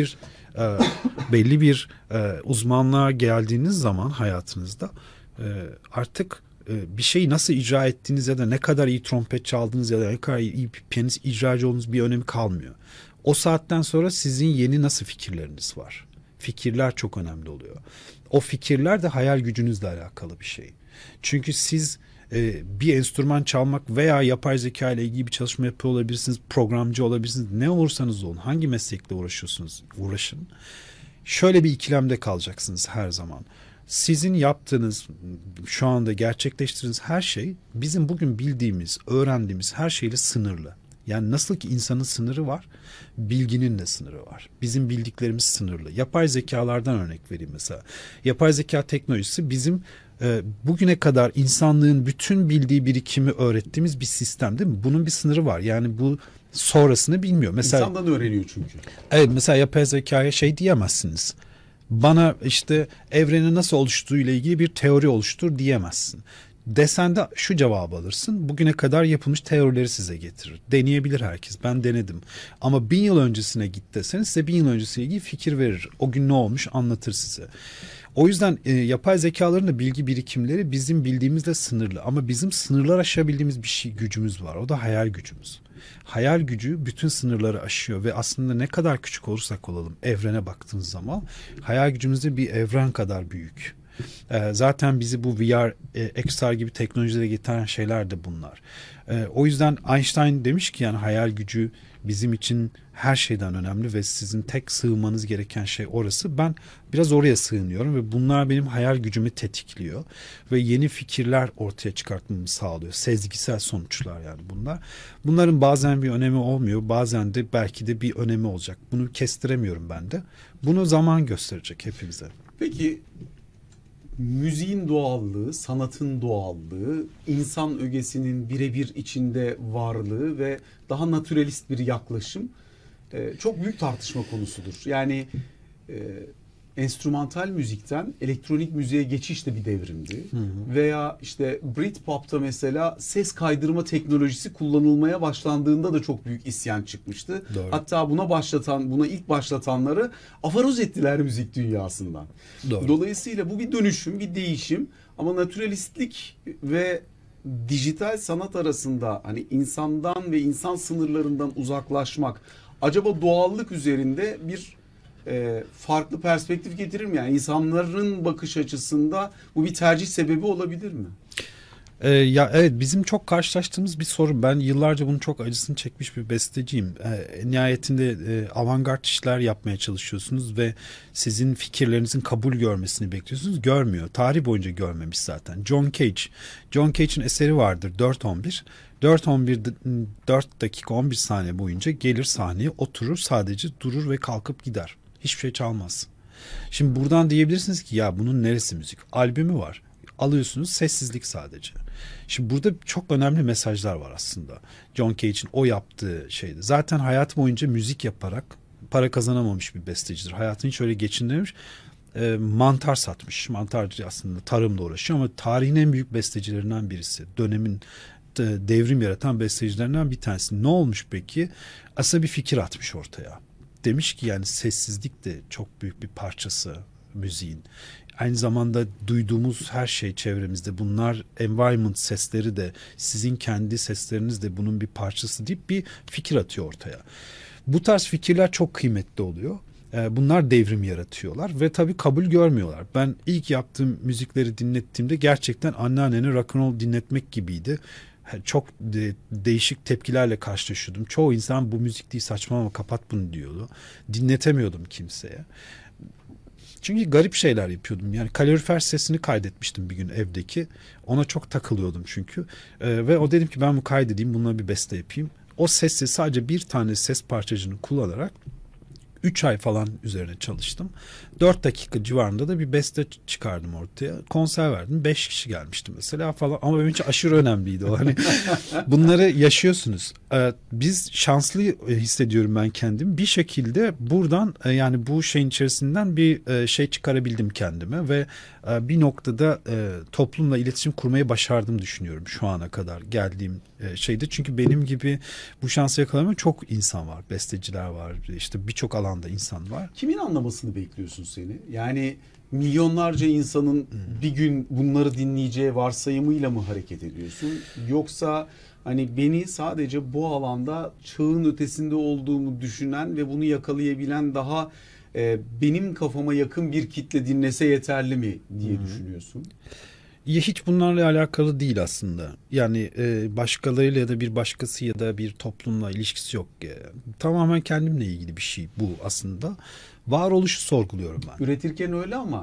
bir uzmanlığa geldiğiniz zaman hayatınızda artık bir şeyi nasıl icra ettiğiniz ya da ne kadar iyi trompet çaldığınız ya da ne kadar iyi piyanist icracı olduğunuz bir önemi kalmıyor. O saatten sonra sizin yeni nasıl fikirleriniz var. Fikirler çok önemli oluyor. O fikirler de hayal gücünüzle alakalı bir şey. Çünkü siz bir enstrüman çalmak veya yapay zeka ile ilgili bir çalışma yapıyor olabilirsiniz, programcı olabilirsiniz, ne olursanız olun, hangi meslekle uğraşıyorsunuz, uğraşın. Şöyle bir ikilemde kalacaksınız her zaman. Sizin yaptığınız, şu anda gerçekleştirdiğiniz her şey bizim bugün bildiğimiz, öğrendiğimiz her şeyle sınırlı. Yani nasıl ki insanın sınırı var, bilginin de sınırı var. Bizim bildiklerimiz sınırlı. Yapay zekalardan örnek vereyim mesela. Yapay zeka teknolojisi bizim bugüne kadar insanlığın bütün bildiği birikimi öğrettiğimiz bir sistem, değil mi? Bunun bir sınırı var. Yani bu sonrasını bilmiyor. Mesela,
İnsandan öğreniyor çünkü.
evet, mesela yapay zekaya şey diyemezsiniz. Bana işte evrenin nasıl oluştuğu ile ilgili bir teori oluştur diyemezsin. Desen de şu cevabı alırsın. Bugüne kadar yapılmış teorileri size getirir. Deneyebilir herkes. Ben denedim. Ama 1000 yıl öncesine git deseniz size 1000 yıl öncesiyle ilgili fikir verir. O gün ne olmuş anlatır size. O yüzden yapay zekaların da bilgi birikimleri bizim bildiğimizle sınırlı. Ama bizim sınırlar aşabildiğimiz bir şey, gücümüz var. O da hayal gücümüz. Hayal gücü bütün sınırları aşıyor ve aslında ne kadar küçük olursak olalım evrene baktığınız zaman hayal gücümüzde bir evren kadar büyük. Zaten bizi bu VR, XR gibi teknolojilere getiren şeyler de bunlar. O yüzden Einstein demiş ki yani hayal gücü bizim için her şeyden önemli ve sizin tek sığınmanız gereken şey orası. Ben biraz oraya sığınıyorum ve bunlar benim hayal gücümü tetikliyor ve yeni fikirler ortaya çıkartmamı sağlıyor. Sezgisel sonuçlar yani bunlar. Bunların bazen bir önemi olmuyor, bazen de belki de bir önemi olacak. Bunu kestiremiyorum ben de. Bunu zaman gösterecek hepimize.
Peki müziğin doğallığı, sanatın doğallığı, insan ögesinin birebir içinde varlığı ve daha naturalist bir yaklaşım çok büyük tartışma konusudur. Yani enstrümantal müzikten elektronik müziğe geçiş de bir devrimdi. Veya işte Britpop'ta mesela ses kaydırma teknolojisi kullanılmaya başlandığında da çok büyük isyan çıkmıştı.
Doğru.
Hatta buna ilk başlatanları afaroz ettiler müzik dünyasından.
Doğru.
Dolayısıyla bu bir dönüşüm, bir değişim ama naturalistlik ve dijital sanat arasında hani insandan ve insan sınırlarından uzaklaşmak acaba doğallık üzerinde bir farklı perspektif getirir mi? Yani insanların bakış açısında bu bir tercih sebebi olabilir mi?
Ya evet, bizim çok karşılaştığımız bir sorun. Ben yıllarca bunun çok acısını çekmiş bir besteciyim. Nihayetinde avantgard işler yapmaya çalışıyorsunuz ve sizin fikirlerinizin kabul görmesini bekliyorsunuz. Görmüyor. Tarih boyunca görmemiş zaten. John Cage. John Cage'in eseri vardır 4-11. 4 dakika 11 saniye boyunca gelir sahneye, oturur, sadece durur ve kalkıp gider. Hiçbir şey çalmaz. Şimdi buradan diyebilirsiniz ki ya bunun neresi müzik? Albümü var. Alıyorsunuz, sessizlik sadece. Şimdi burada çok önemli mesajlar var aslında. John Cage'in o yaptığı şeydi. Zaten hayatı boyunca müzik yaparak para kazanamamış bir bestecidir. Hayatını hiç öyle geçindirmemiş. Mantar satmış. Mantar aslında tarımla uğraşıyor ama tarihin en büyük bestecilerinden birisi. Dönemin devrim yaratan bestecilerinden bir tanesi. Ne olmuş peki? Aslında bir fikir atmış ortaya. Demiş ki yani sessizlik de çok büyük bir parçası müziğin. Aynı zamanda duyduğumuz her şey çevremizde, bunlar environment sesleri de, sizin kendi sesleriniz de bunun bir parçası deyip bir fikir atıyor ortaya. Bu tarz fikirler çok kıymetli oluyor. Bunlar devrim yaratıyorlar ve tabii kabul görmüyorlar. Ben ilk yaptığım müzikleri dinlettiğimde gerçekten anneannene rock and roll dinletmek gibiydi. Çok değişik tepkilerle karşılaşıyordum. Çoğu insan bu müzik değil, saçmalama, kapat bunu diyordu. Dinletemiyordum kimseye. Çünkü garip şeyler yapıyordum. Yani kalorifer sesini kaydetmiştim bir gün evdeki. Ona çok takılıyordum çünkü. Ve o dedim ki ben bunu kaydedeyim, bununla bir beste yapayım. O sesi sadece bir tane ses parçacığını kullanarak 3 ay falan üzerine çalıştım. 4 dakika civarında da bir beste çıkardım ortaya. Konser verdim. 5 kişi gelmişti mesela falan. Ama benim için aşırı önemliydi o. Hani bunları yaşıyorsunuz. Biz şanslı hissediyorum ben kendimi. Bir şekilde buradan yani bu şeyin içerisinden bir şey çıkarabildim kendime ve bir noktada toplumla iletişim kurmayı başardım düşünüyorum şu ana kadar geldiğim şeyde. Çünkü benim gibi bu şansı yakalamayan çok insan var. Besteciler var. İşte birçok alanda insan var.
Kimin anlamasını bekliyorsun seni? Yani milyonlarca insanın bir gün bunları dinleyeceği varsayımıyla mı hareket ediyorsun? Yoksa hani beni sadece bu alanda çağın ötesinde olduğumu düşünen ve bunu yakalayabilen daha benim kafama yakın bir kitle dinlese yeterli mi diye düşünüyorsun?
Ya hiç bunlarla alakalı değil aslında. Yani başkalarıyla ya da bir başkası ya da bir toplumla ilişkisi yok. Tamamen kendimle ilgili bir şey bu aslında. Varoluşu sorguluyorum ben.
Üretirken öyle ama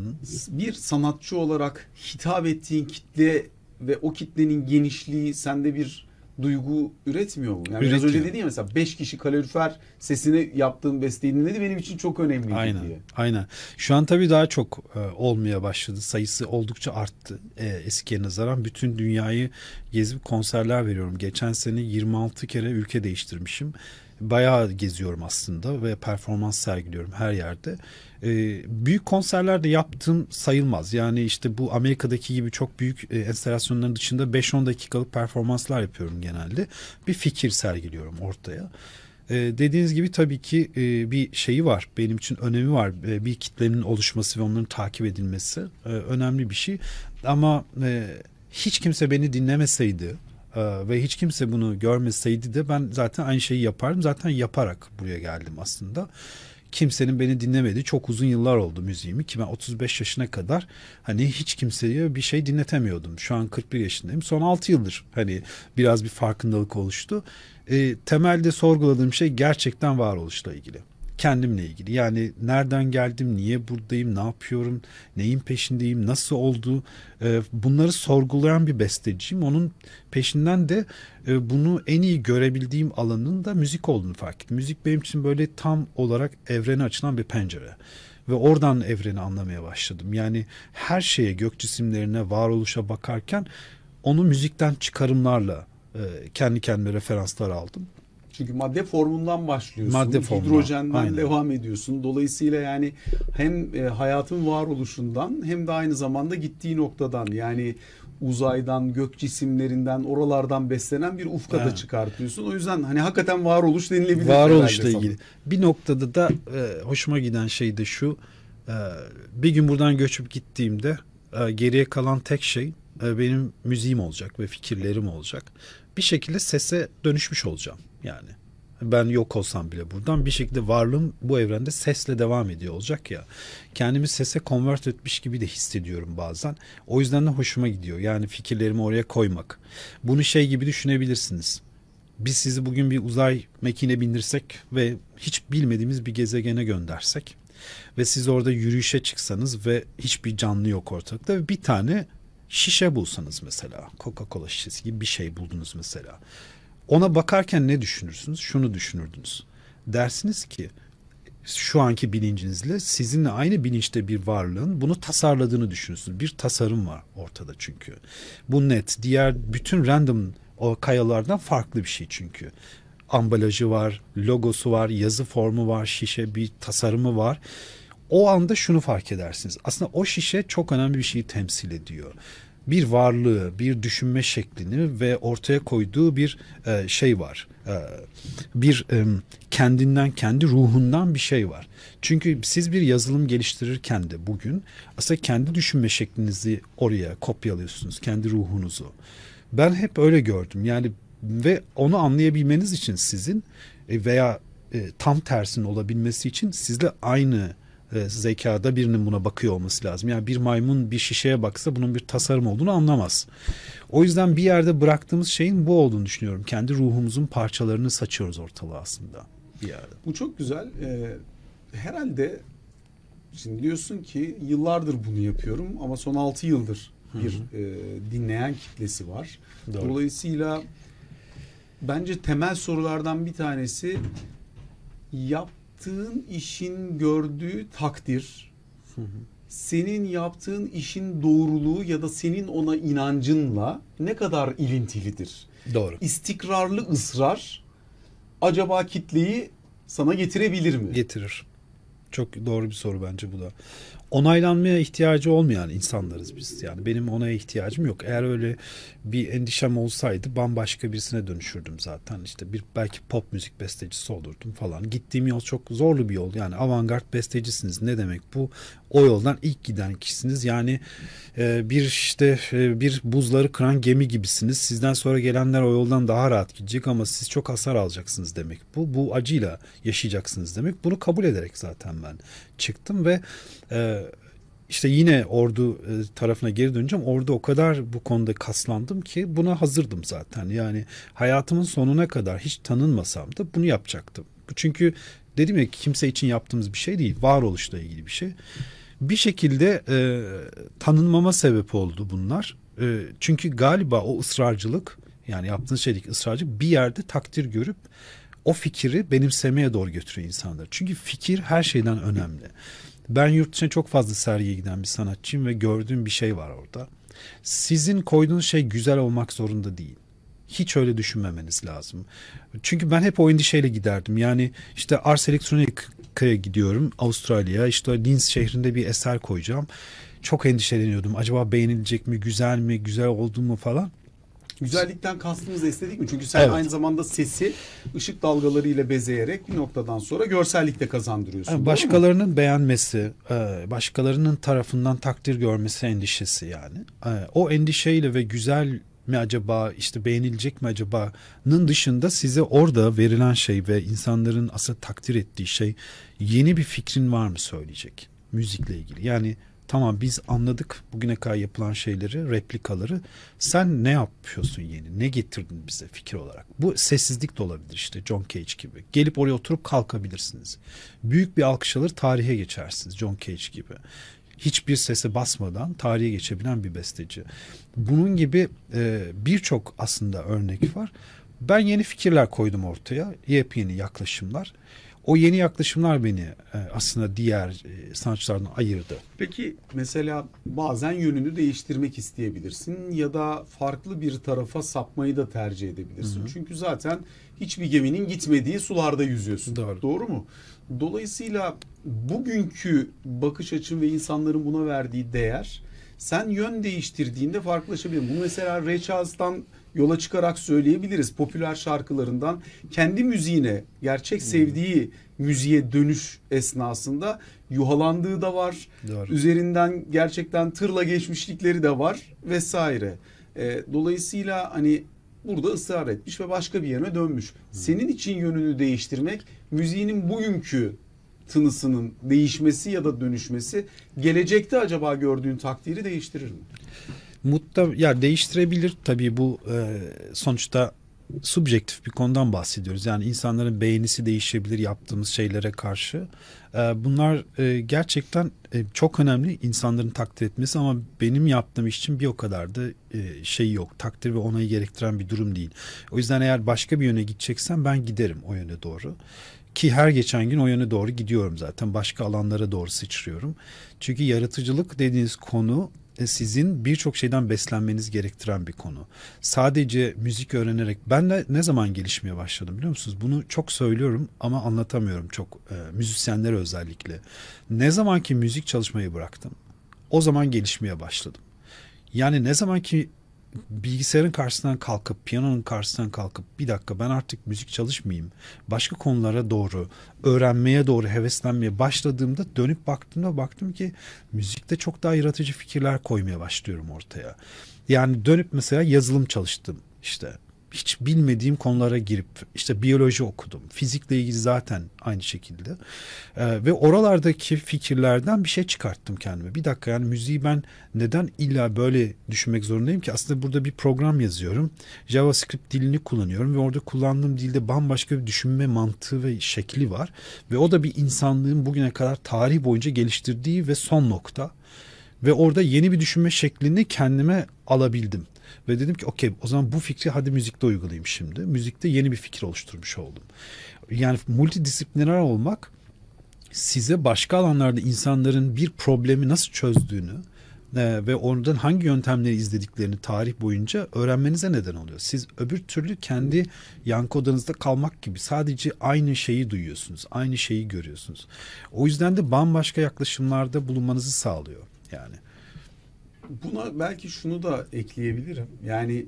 bir sanatçı olarak hitap ettiğin kitle ve o kitlenin genişliği sende bir duygu üretmiyor mu? Yani biraz önce dedin ya mesela 5 kişi kalorifer sesini yaptığım besteyi dinledi, benim için çok önemliydi
aynen,
diye.
Aynen. Şu an tabii daha çok olmaya başladı. Sayısı oldukça arttı eskiye nazaran. Bütün dünyayı gezip konserler veriyorum. Geçen sene 26 kere ülke değiştirmişim. Bayağı geziyorum aslında ve performans sergiliyorum her yerde. Büyük konserler de yaptığım sayılmaz. Yani işte bu Amerika'daki gibi çok büyük enstalasyonların dışında 5-10 dakikalık performanslar yapıyorum genelde. Bir fikir sergiliyorum ortaya. Dediğiniz gibi tabii ki bir şeyi var. Benim için önemi var. Bir kitlenin oluşması ve onların takip edilmesi önemli bir şey. Ama hiç kimse beni dinlemeseydi ve hiç kimse bunu görmeseydi de ben zaten aynı şeyi yapardım. Zaten yaparak buraya geldim aslında. Kimsenin beni dinlemediği çok uzun yıllar oldu müziğimi ki ben 35 yaşına kadar hani hiç kimseye bir şey dinletemiyordum. Şu an 41 yaşındayım. Son 6 yıldır hani biraz bir farkındalık oluştu. Temelde sorguladığım şey gerçekten varoluşla ilgili. Kendimle ilgili. Yani nereden geldim, niye buradayım, ne yapıyorum, neyin peşindeyim, nasıl oldu, bunları sorgulayan bir besteciyim. Onun peşinden de bunu en iyi görebildiğim alanın da müzik olduğunu fark ettim. Müzik benim için böyle tam olarak evrene açılan bir pencere. Ve oradan evreni anlamaya başladım. Yani her şeye, gök cisimlerine, varoluşa bakarken onu müzikten çıkarımlarla kendi kendime referanslar aldım.
Çünkü madde formundan başlıyorsun.
Madde formundan.
Hidrojenden
Aynen.
devam ediyorsun. Dolayısıyla yani hem hayatın varoluşundan hem de aynı zamanda gittiği noktadan, yani uzaydan, gök cisimlerinden, oralardan beslenen bir ufka da çıkartıyorsun. O yüzden hani hakikaten varoluş denilebilir.
Varoluşla ilgili. Bir noktada da hoşuma giden şey de şu. Bir gün buradan göçüp gittiğimde geriye kalan tek şey benim müziğim olacak ve fikirlerim olacak. Bir şekilde sese dönüşmüş olacağım yani. Ben yok olsam bile buradan bir şekilde varlığım bu evrende sesle devam ediyor olacak ya. Kendimi sese convert etmiş gibi de hissediyorum bazen. O yüzden de hoşuma gidiyor. Yani fikirlerimi oraya koymak. Bunu şey gibi düşünebilirsiniz. Biz sizi bugün bir uzay mekiğine bindirsek ve hiç bilmediğimiz bir gezegene göndersek ve siz orada yürüyüşe çıksanız ve hiçbir canlı yok ortalıkta ve bir tane şişe bulsanız mesela, Coca-Cola şişesi gibi bir şey buldunuz mesela. Ona bakarken ne düşünürsünüz? Şunu düşünürdünüz. Dersiniz ki şu anki bilincinizle sizinle aynı bilinçte bir varlığın bunu tasarladığını düşünürsünüz. Bir tasarım var ortada çünkü. Bu net. Diğer bütün random o kayalardan farklı bir şey çünkü. Ambalajı var, logosu var, yazı formu var, şişe bir tasarımı var. O anda şunu fark edersiniz. Aslında o şişe çok önemli bir şeyi temsil ediyor. Bir varlığı, bir düşünme şeklini ve ortaya koyduğu bir şey var. Bir kendinden, kendi ruhundan bir şey var. Çünkü siz bir yazılım geliştirirken de bugün aslında kendi düşünme şeklinizi oraya kopyalıyorsunuz, kendi ruhunuzu. Ben hep öyle gördüm. Yani ve onu anlayabilmeniz için sizin veya tam tersinin olabilmesi için sizle aynı zekada birinin buna bakıyor olması lazım. Yani bir maymun bir şişeye baksa bunun bir tasarım olduğunu anlamaz. O yüzden bir yerde bıraktığımız şeyin bu olduğunu düşünüyorum. Kendi ruhumuzun parçalarını saçıyoruz ortalığa aslında bir yerde.
Bu çok güzel. Herhalde şimdi diyorsun ki yıllardır bunu yapıyorum ama son 6 yıldır bir dinleyen kitlesi var.
Doğru.
Dolayısıyla bence temel sorulardan bir tanesi yaptığın işin gördüğü takdir, senin yaptığın işin doğruluğu ya da senin ona inancınla ne kadar ilintilidir?
Doğru.
İstikrarlı ısrar acaba kitleyi sana getirebilir mi?
Getirir. Çok doğru bir soru bence bu da. Onaylanmaya ihtiyacı olmayan insanlarız biz. Yani benim onaya ihtiyacım yok. Eğer öyle bir endişem olsaydı bambaşka birisine dönüşürdüm zaten. İşte bir belki pop müzik bestecisi olurdum falan. Gittiğim yol çok zorlu bir yol. Yani avantgard bestecisiniz. Ne demek bu? O yoldan ilk giden kişisiniz. Yani bir buzları kıran gemi gibisiniz. Sizden sonra gelenler o yoldan daha rahat gidecek ama siz çok hasar alacaksınız demek. Bu acıyla yaşayacaksınız demek. Bunu kabul ederek zaten ben çıktım ve işte yine ordu tarafına geri döneceğim. Orada o kadar bu konuda kaslandım ki buna hazırdım zaten. Yani hayatımın sonuna kadar hiç tanınmasam da bunu yapacaktım. Çünkü dedim ya kimse için yaptığımız bir şey değil. Varoluşla ilgili bir şey. Bir şekilde tanınmama sebep oldu bunlar. Çünkü galiba o ısrarcılık yani yaptığınız şeydeki ısrarcılık bir yerde takdir görüp o fikri benimsemeye doğru götürüyor insanları. Çünkü fikir her şeyden önemli. Ben yurt dışına çok fazla sergiye giden bir sanatçıyım ve gördüğüm bir şey var orada. Sizin koyduğunuz şey güzel olmak zorunda değil. Hiç öyle düşünmemeniz lazım. Çünkü ben hep o endişeyle giderdim. Yani işte Ars Electronica'ya gidiyorum Avustralya'ya. İşte Linz şehrinde bir eser koyacağım. Çok endişeleniyordum. Acaba beğenilecek mi, güzel oldu mu falan.
Güzellikten kastımız estetik mi? Çünkü sen
Evet.
aynı zamanda sesi ışık dalgalarıyla bezeyerek bir noktadan sonra görsellik de kazandırıyorsun.
Yani başkalarının beğenmesi, başkalarının tarafından takdir görmesi endişesi yani. O endişeyle ve güzel mi acaba, işte beğenilecek mi acaba'nın dışında size orada verilen şey ve insanların aslında takdir ettiği şey, yeni bir fikrin var mı söyleyecek müzikle ilgili. Yani tamam biz anladık bugüne kadar yapılan şeyleri, replikaları. Sen ne yapıyorsun yeni? Ne getirdin bize fikir olarak? Bu sessizlik de olabilir işte John Cage gibi. Gelip oraya oturup kalkabilirsiniz. Büyük bir alkış alır tarihe geçersiniz John Cage gibi. Hiçbir sese basmadan tarihe geçebilen bir besteci. Bunun gibi birçok aslında örnek var. Ben yeni fikirler koydum ortaya. Yepyeni yaklaşımlar. O yeni yaklaşımlar beni aslında diğer sanatçılardan ayırdı.
Peki mesela bazen yönünü değiştirmek isteyebilirsin ya da farklı bir tarafa sapmayı da tercih edebilirsin. Çünkü zaten hiçbir geminin gitmediği sularda yüzüyorsun. Doğru mu? Dolayısıyla bugünkü bakış açın ve insanların buna verdiği değer sen yön değiştirdiğinde farklılaşabilir. Bu mesela Ray Charles'tan yola çıkarak söyleyebiliriz. Popüler şarkılarından kendi müziğine, gerçek sevdiği müziğe dönüş esnasında yuhalandığı da var.
Doğru.
Üzerinden gerçekten tırla geçmişlikleri de var vesaire. Dolayısıyla hani burada ısrar etmiş ve başka bir yöne dönmüş. Senin için yönünü değiştirmek, müziğinin bugünkü tınısının değişmesi ya da dönüşmesi gelecekte acaba gördüğün takdiri değiştirir mi?
Ya değiştirebilir tabii bu sonuçta subjektif bir konudan bahsediyoruz. Yani insanların beğenisi değişebilir yaptığımız şeylere karşı. Bunlar gerçekten çok önemli insanların takdir etmesi ama benim yaptığım iş için bir o kadar da şey yok. Takdir ve onayı gerektiren bir durum değil. O yüzden eğer başka bir yöne gideceksem ben giderim o yöne doğru. Ki her geçen gün o yöne doğru gidiyorum zaten. Başka alanlara doğru sıçrıyorum. Çünkü yaratıcılık dediğiniz konu sizin birçok şeyden beslenmeniz gerektiren bir konu. Sadece müzik öğrenerek ben de ne zaman gelişmeye başladım biliyor musunuz? Bunu çok söylüyorum ama anlatamıyorum çok müzisyenlere özellikle. Ne zaman ki müzik çalışmayı bıraktım, o zaman gelişmeye başladım. Yani ne zaman ki bilgisayarın karşısından kalkıp, piyanonun karşısından kalkıp bir dakika ben artık müzik çalışmayayım, başka konulara doğru, öğrenmeye doğru heveslenmeye başladığımda dönüp baktım ki müzikte çok daha yaratıcı fikirler koymaya başlıyorum ortaya. Yani dönüp mesela yazılım çalıştım işte. Hiç bilmediğim konulara girip işte biyoloji okudum. Fizikle ilgili zaten aynı şekilde. Ve oralardaki fikirlerden bir şey çıkarttım kendime. Bir dakika yani müziği ben neden illa böyle düşünmek zorundayım ki? Aslında burada bir program yazıyorum. JavaScript dilini kullanıyorum ve orada kullandığım dilde bambaşka bir düşünme mantığı ve şekli var. Ve o da bir insanlığın bugüne kadar tarih boyunca geliştirdiği ve son nokta. Ve orada yeni bir düşünme şeklini kendime alabildim. Ve dedim ki okey o zaman bu fikri hadi müzikte uygulayayım şimdi. Müzikte yeni bir fikir oluşturmuş oldum. Yani multidisipliner olmak size başka alanlarda insanların bir problemi nasıl çözdüğünü ve oradan hangi yöntemleri izlediklerini tarih boyunca öğrenmenize neden oluyor. Siz öbür türlü kendi yankı odanızda kalmak gibi sadece aynı şeyi duyuyorsunuz. Aynı şeyi görüyorsunuz. O yüzden de bambaşka yaklaşımlarda bulunmanızı sağlıyor yani.
Buna belki şunu da ekleyebilirim. Yani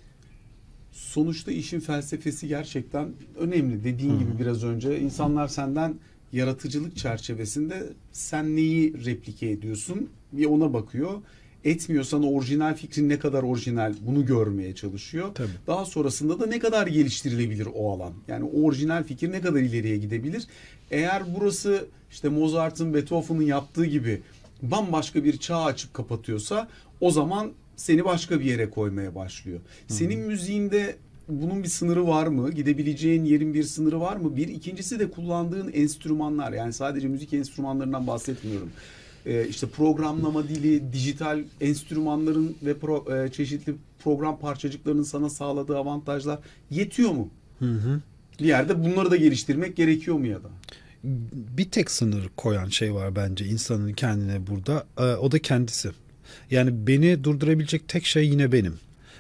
sonuçta işin felsefesi gerçekten önemli. Dediğin gibi biraz önce insanlar senden yaratıcılık çerçevesinde sen neyi replike ediyorsun bir ona bakıyor. Etmiyorsan orijinal fikrin ne kadar orijinal bunu görmeye çalışıyor.
Tabii.
Daha sonrasında da ne kadar geliştirilebilir o alan. Yani o orijinal fikir ne kadar ileriye gidebilir. Eğer burası işte Mozart'ın, Beethoven'ın yaptığı gibi bambaşka bir çağ açıp kapatıyorsa o zaman seni başka bir yere koymaya başlıyor. Senin müziğinde bunun bir sınırı var mı? Gidebileceğin yerin bir sınırı var mı? Bir. İkincisi de kullandığın enstrümanlar. Yani sadece müzik enstrümanlarından bahsetmiyorum. İşte programlama dili, dijital enstrümanların ve çeşitli program parçacıklarının sana sağladığı avantajlar yetiyor mu? Bir yerde bunları da geliştirmek gerekiyor mu ya da?
Bir tek sınır koyan şey var bence insanın kendine burada. O da kendisi. Yani beni durdurabilecek tek şey yine benim.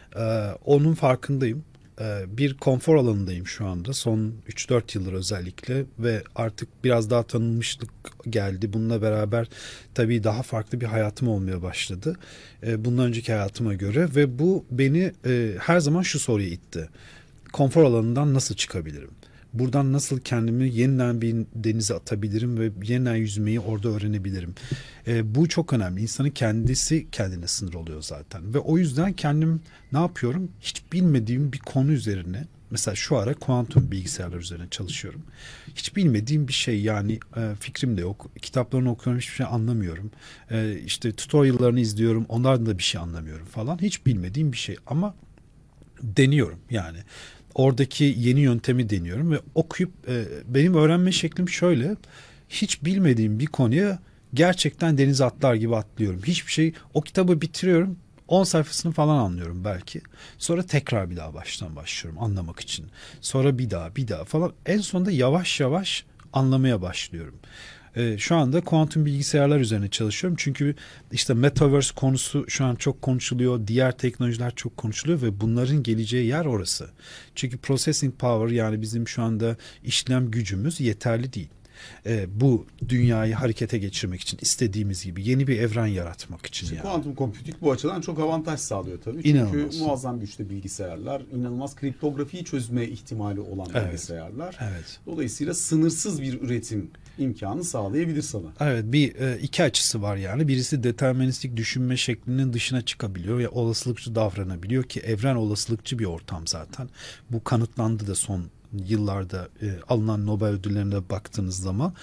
Onun farkındayım. Bir konfor alanındayım şu anda. Son 3-4 yıldır özellikle ve artık biraz daha tanınmışlık geldi. Bununla beraber tabii daha farklı bir hayatım olmaya başladı. Bundan önceki hayatıma göre ve bu beni her zaman şu soruya itti. Konfor alanından nasıl çıkabilirim? Buradan nasıl kendimi yeniden bir denize atabilirim ve yeniden yüzmeyi orada öğrenebilirim. Bu çok önemli. İnsanın kendisi kendine sınır oluyor zaten. Ve o yüzden kendim ne yapıyorum? Hiç bilmediğim bir konu üzerine, mesela şu ara kuantum bilgisayarlar üzerine çalışıyorum. Hiç bilmediğim bir şey yani fikrim de yok. Kitaplarını okuyorum hiçbir şey anlamıyorum. İşte tutorial'larını izliyorum onlardan da bir şey anlamıyorum falan. Hiç bilmediğim bir şey ama deniyorum yani. Oradaki yeni yöntemi deniyorum ve okuyup benim öğrenme şeklim şöyle. Hiç bilmediğim bir konuya gerçekten denize atlar gibi atlıyorum. Hiçbir şey o kitabı bitiriyorum. 10 sayfasını falan anlıyorum belki. Sonra tekrar bir daha baştan başlıyorum anlamak için. Sonra bir daha falan. En sonunda yavaş yavaş anlamaya başlıyorum. Şu anda kuantum bilgisayarlar üzerine çalışıyorum. Çünkü işte Metaverse konusu şu an çok konuşuluyor. Diğer teknolojiler çok konuşuluyor ve bunların geleceği yer orası. Çünkü processing power yani bizim şu anda işlem gücümüz yeterli değil. Bu dünyayı harekete geçirmek için istediğimiz gibi yeni bir evren yaratmak için.
İşte
yani.
Kuantum computing bu açıdan çok avantaj sağlıyor tabii. Çünkü
İnanılmaz.
muazzam güçlü bilgisayarlar, inanılmaz kriptografiyi çözme ihtimali olan bilgisayarlar.
Evet.
Dolayısıyla sınırsız bir üretim imkanı sağlayabilir sana.
Evet iki açısı var yani. Birisi deterministik düşünme şeklinin dışına çıkabiliyor ve olasılıkçı davranabiliyor ki evren olasılıkçı bir ortam zaten. Bu kanıtlandı da son yıllarda alınan Nobel ödüllerine baktığınız zaman.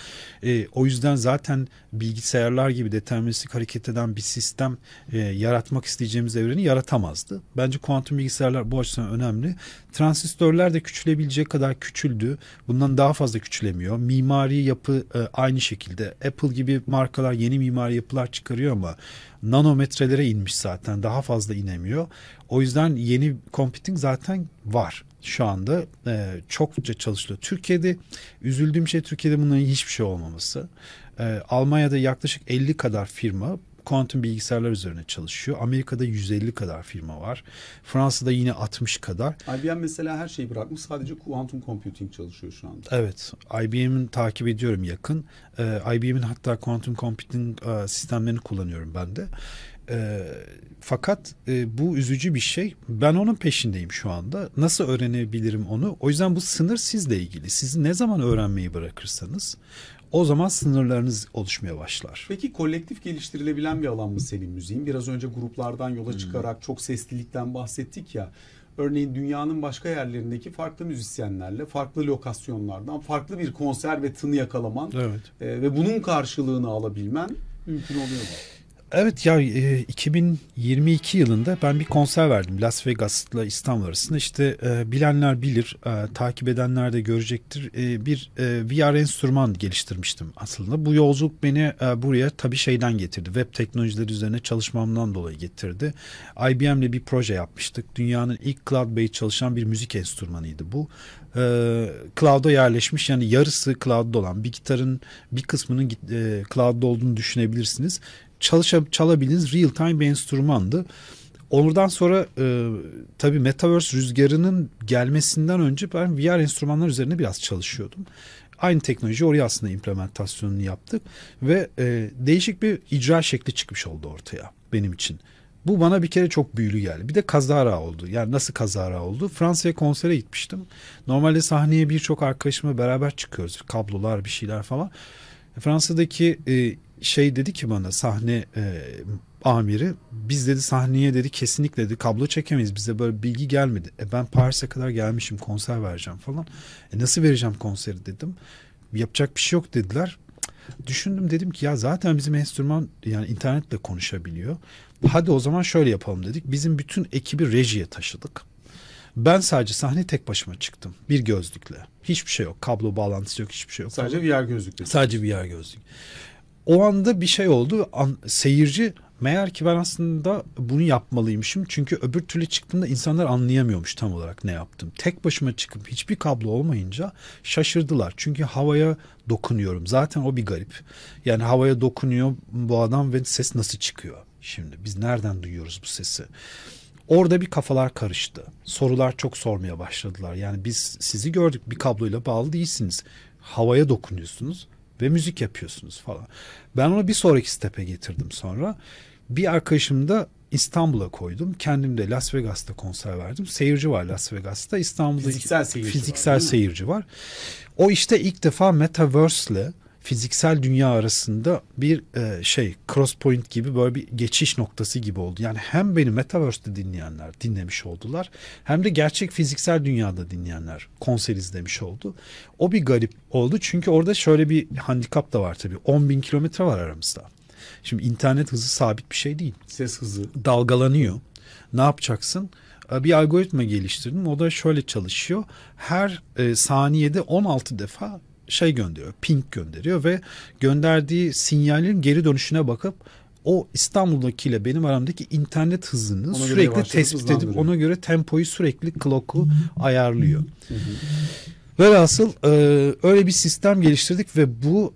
O yüzden zaten bilgisayarlar gibi deterministik hareket eden bir sistem yaratmak isteyeceğimiz evreni yaratamazdı. Bence kuantum bilgisayarlar bu açıdan önemli. Transistörler de küçülebilecek kadar küçüldü. Bundan daha fazla küçülemiyor. Mimari yapı aynı şekilde. Apple gibi markalar yeni mimari yapılar çıkarıyor ama nanometrelere inmiş zaten. Daha fazla inemiyor. O yüzden yeni computing zaten var. Şu anda çokça çalışılıyor. Türkiye'de üzüldüğüm şey Türkiye'de bunların hiçbir şey olmaması. Almanya'da yaklaşık 50 kadar firma kuantum bilgisayarlar üzerine çalışıyor. Amerika'da 150 kadar firma var. Fransa'da yine 60 kadar.
IBM mesela her şeyi bırakmış, sadece kuantum computing çalışıyor şu anda.
Evet, IBM'in takip ediyorum yakın. IBM'in hatta kuantum computing sistemlerini kullanıyorum ben de. Fakat bu üzücü bir şey. Ben onun peşindeyim şu anda. Nasıl öğrenebilirim onu? O yüzden bu sınır sizle ilgili. Siz ne zaman öğrenmeyi bırakırsanız o zaman sınırlarınız oluşmaya başlar.
Peki kolektif geliştirilebilen bir alan mı senin müziğin? Biraz önce gruplardan yola çıkarak çok seslilikten bahsettik ya. Örneğin dünyanın başka yerlerindeki farklı müzisyenlerle, farklı lokasyonlardan farklı bir konser ve tını yakalaman ve bunun karşılığını alabilmen mümkün oluyor mu?
Evet ya 2022 yılında ben bir konser verdim Las Vegas'la İstanbul arasında. İşte bilenler bilir, takip edenler de görecektir. Bir VR enstrüman geliştirmiştim aslında. Bu yolculuk beni buraya tabii şeyden getirdi. Web teknolojileri üzerine çalışmamdan dolayı getirdi. IBM'le bir proje yapmıştık. Dünyanın ilk cloud-based çalışan bir müzik enstrümanıydı bu. Cloud'a yerleşmiş, yani yarısı cloud'da olan, bir gitarın bir kısmının cloud'da olduğunu düşünebilirsiniz. Çalabildiğiniz real time bir enstrümandı. Oradan sonra tabii Metaverse rüzgarının gelmesinden önce ben VR enstrümanlar üzerine biraz çalışıyordum. Aynı teknoloji oraya aslında implementasyonunu yaptık ve değişik bir icra şekli çıkmış oldu ortaya benim için. Bu bana bir kere çok büyülü geldi. Bir de kazara oldu. Yani nasıl kazara oldu? Fransa'ya konsere gitmiştim. Normalde sahneye birçok arkadaşımla beraber çıkıyoruz. Kablolar, bir şeyler falan. Fransa'daki şey dedi ki bana, sahne amiri, biz dedi sahneye dedi kesinlikle dedi kablo çekemeyiz, bize böyle bilgi gelmedi. Ben Paris'e kadar gelmişim, konser vereceğim falan. Nasıl vereceğim konseri dedim. Yapacak bir şey yok dediler. Düşündüm, dedim ki ya zaten bizim enstrüman yani internetle konuşabiliyor. Hadi o zaman şöyle yapalım dedik. Bizim bütün ekibi rejiye taşıdık. Ben sadece sahneye tek başıma çıktım. Bir gözlükle. Hiçbir şey yok. Kablo bağlantısı yok. Hiçbir şey yok.
Sadece VR gözlükle.
Sadece VR gözlük. O anda bir şey oldu. Seyirci meğer ki ben aslında bunu yapmalıymışım. Çünkü öbür türlü çıktığımda insanlar anlayamıyormuş tam olarak ne yaptım. Tek başıma çıkıp hiçbir kablo olmayınca şaşırdılar. Çünkü havaya dokunuyorum. Zaten o bir garip. Yani havaya dokunuyor bu adam ve ses nasıl çıkıyor? Şimdi biz nereden duyuyoruz bu sesi? Orada bir kafalar karıştı. Sorular çok sormaya başladılar. Yani biz sizi gördük, bir kabloyla bağlı değilsiniz. Havaya dokunuyorsunuz ve müzik yapıyorsunuz falan. Ben onu bir sonraki step'e getirdim sonra. Bir arkadaşımı da İstanbul'a koydum. Kendim de Las Vegas'ta konser verdim. Seyirci var Las Vegas'ta. İstanbul'da fiziksel seyirci var. O işte ilk defa Metaverse'le fiziksel dünya arasında bir cross point gibi, böyle bir geçiş noktası gibi oldu. Yani hem beni Metaverse'de dinleyenler dinlemiş oldular, hem de gerçek fiziksel dünyada dinleyenler konser izlemiş oldu. O bir garip oldu çünkü orada şöyle bir handikap da var tabii. 10.000 kilometre var aramızda. Şimdi internet hızı sabit bir şey değil.
Ses hızı
dalgalanıyor. Ne yapacaksın? Bir algoritma geliştirdim. O da şöyle çalışıyor. Her saniyede 16 defa gönderiyor, ping gönderiyor ve gönderdiği sinyalin geri dönüşüne bakıp o İstanbul'dakiyle benim aramdaki internet hızını ona sürekli tespit edip ona göre tempoyu sürekli clock'u ayarlıyor. Velhasıl öyle bir sistem geliştirdik ve bu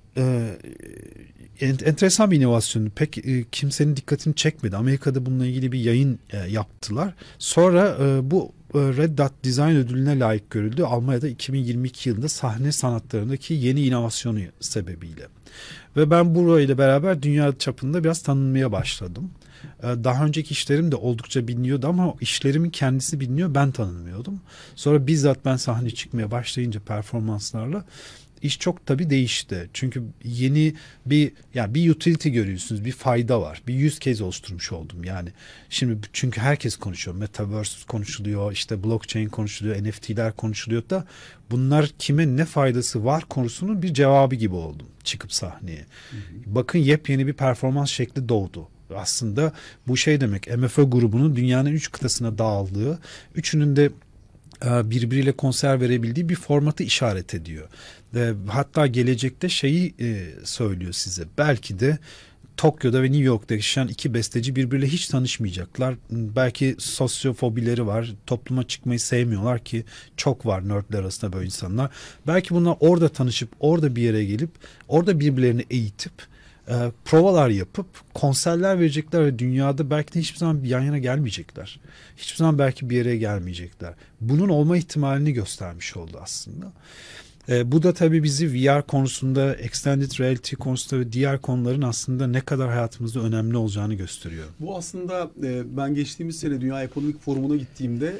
enteresan bir inovasyon. Pek kimsenin dikkatini çekmedi. Amerika'da bununla ilgili bir yayın yaptılar. Sonra bu Red Dot Design ödülüne layık görüldü. Almanya'da 2022 yılında sahne sanatlarındaki yeni inovasyonu sebebiyle. Ve ben burayla beraber dünya çapında biraz tanınmaya başladım. Daha önceki işlerim de oldukça biliniyordu ama işlerimin kendisi biliniyor, ben tanınmıyordum. Sonra bizzat ben sahneye çıkmaya başlayınca performanslarla İş çok tabii değişti. Çünkü yeni bir utility görüyorsunuz, bir fayda var. Bir use case oluşturmuş oldum. Yani şimdi çünkü herkes konuşuyor. Metaverse konuşuluyor, işte blockchain konuşuluyor, NFT'ler konuşuluyor da bunlar kime ne faydası var konusunun bir cevabı gibi oldum çıkıp sahneye. Bakın yepyeni bir performans şekli doğdu. Aslında bu demek, MFÖ grubunun dünyanın 3 kıtasına dağıldığı, üçünün de birbiriyle konser verebildiği bir formatı işaret ediyor. Hatta gelecekte şeyi söylüyor size. Belki de Tokyo'da ve New York'ta yaşayan iki besteci birbiriyle hiç tanışmayacaklar. Belki sosyofobileri var. Topluma çıkmayı sevmiyorlar ki çok var nerdler arasında böyle insanlar. Belki bunlar orada tanışıp orada bir yere gelip orada birbirlerini eğitip provalar yapıp konserler verecekler ve dünyada belki de hiçbir zaman yan yana gelmeyecekler. Hiçbir zaman belki bir yere gelmeyecekler. Bunun olma ihtimalini göstermiş oldu aslında. Bu da tabii bizi VR konusunda, Extended Reality konusunda ve diğer konuların aslında ne kadar hayatımızda önemli olacağını gösteriyor.
Bu aslında ben geçtiğimiz sene Dünya Ekonomik Forumu'na gittiğimde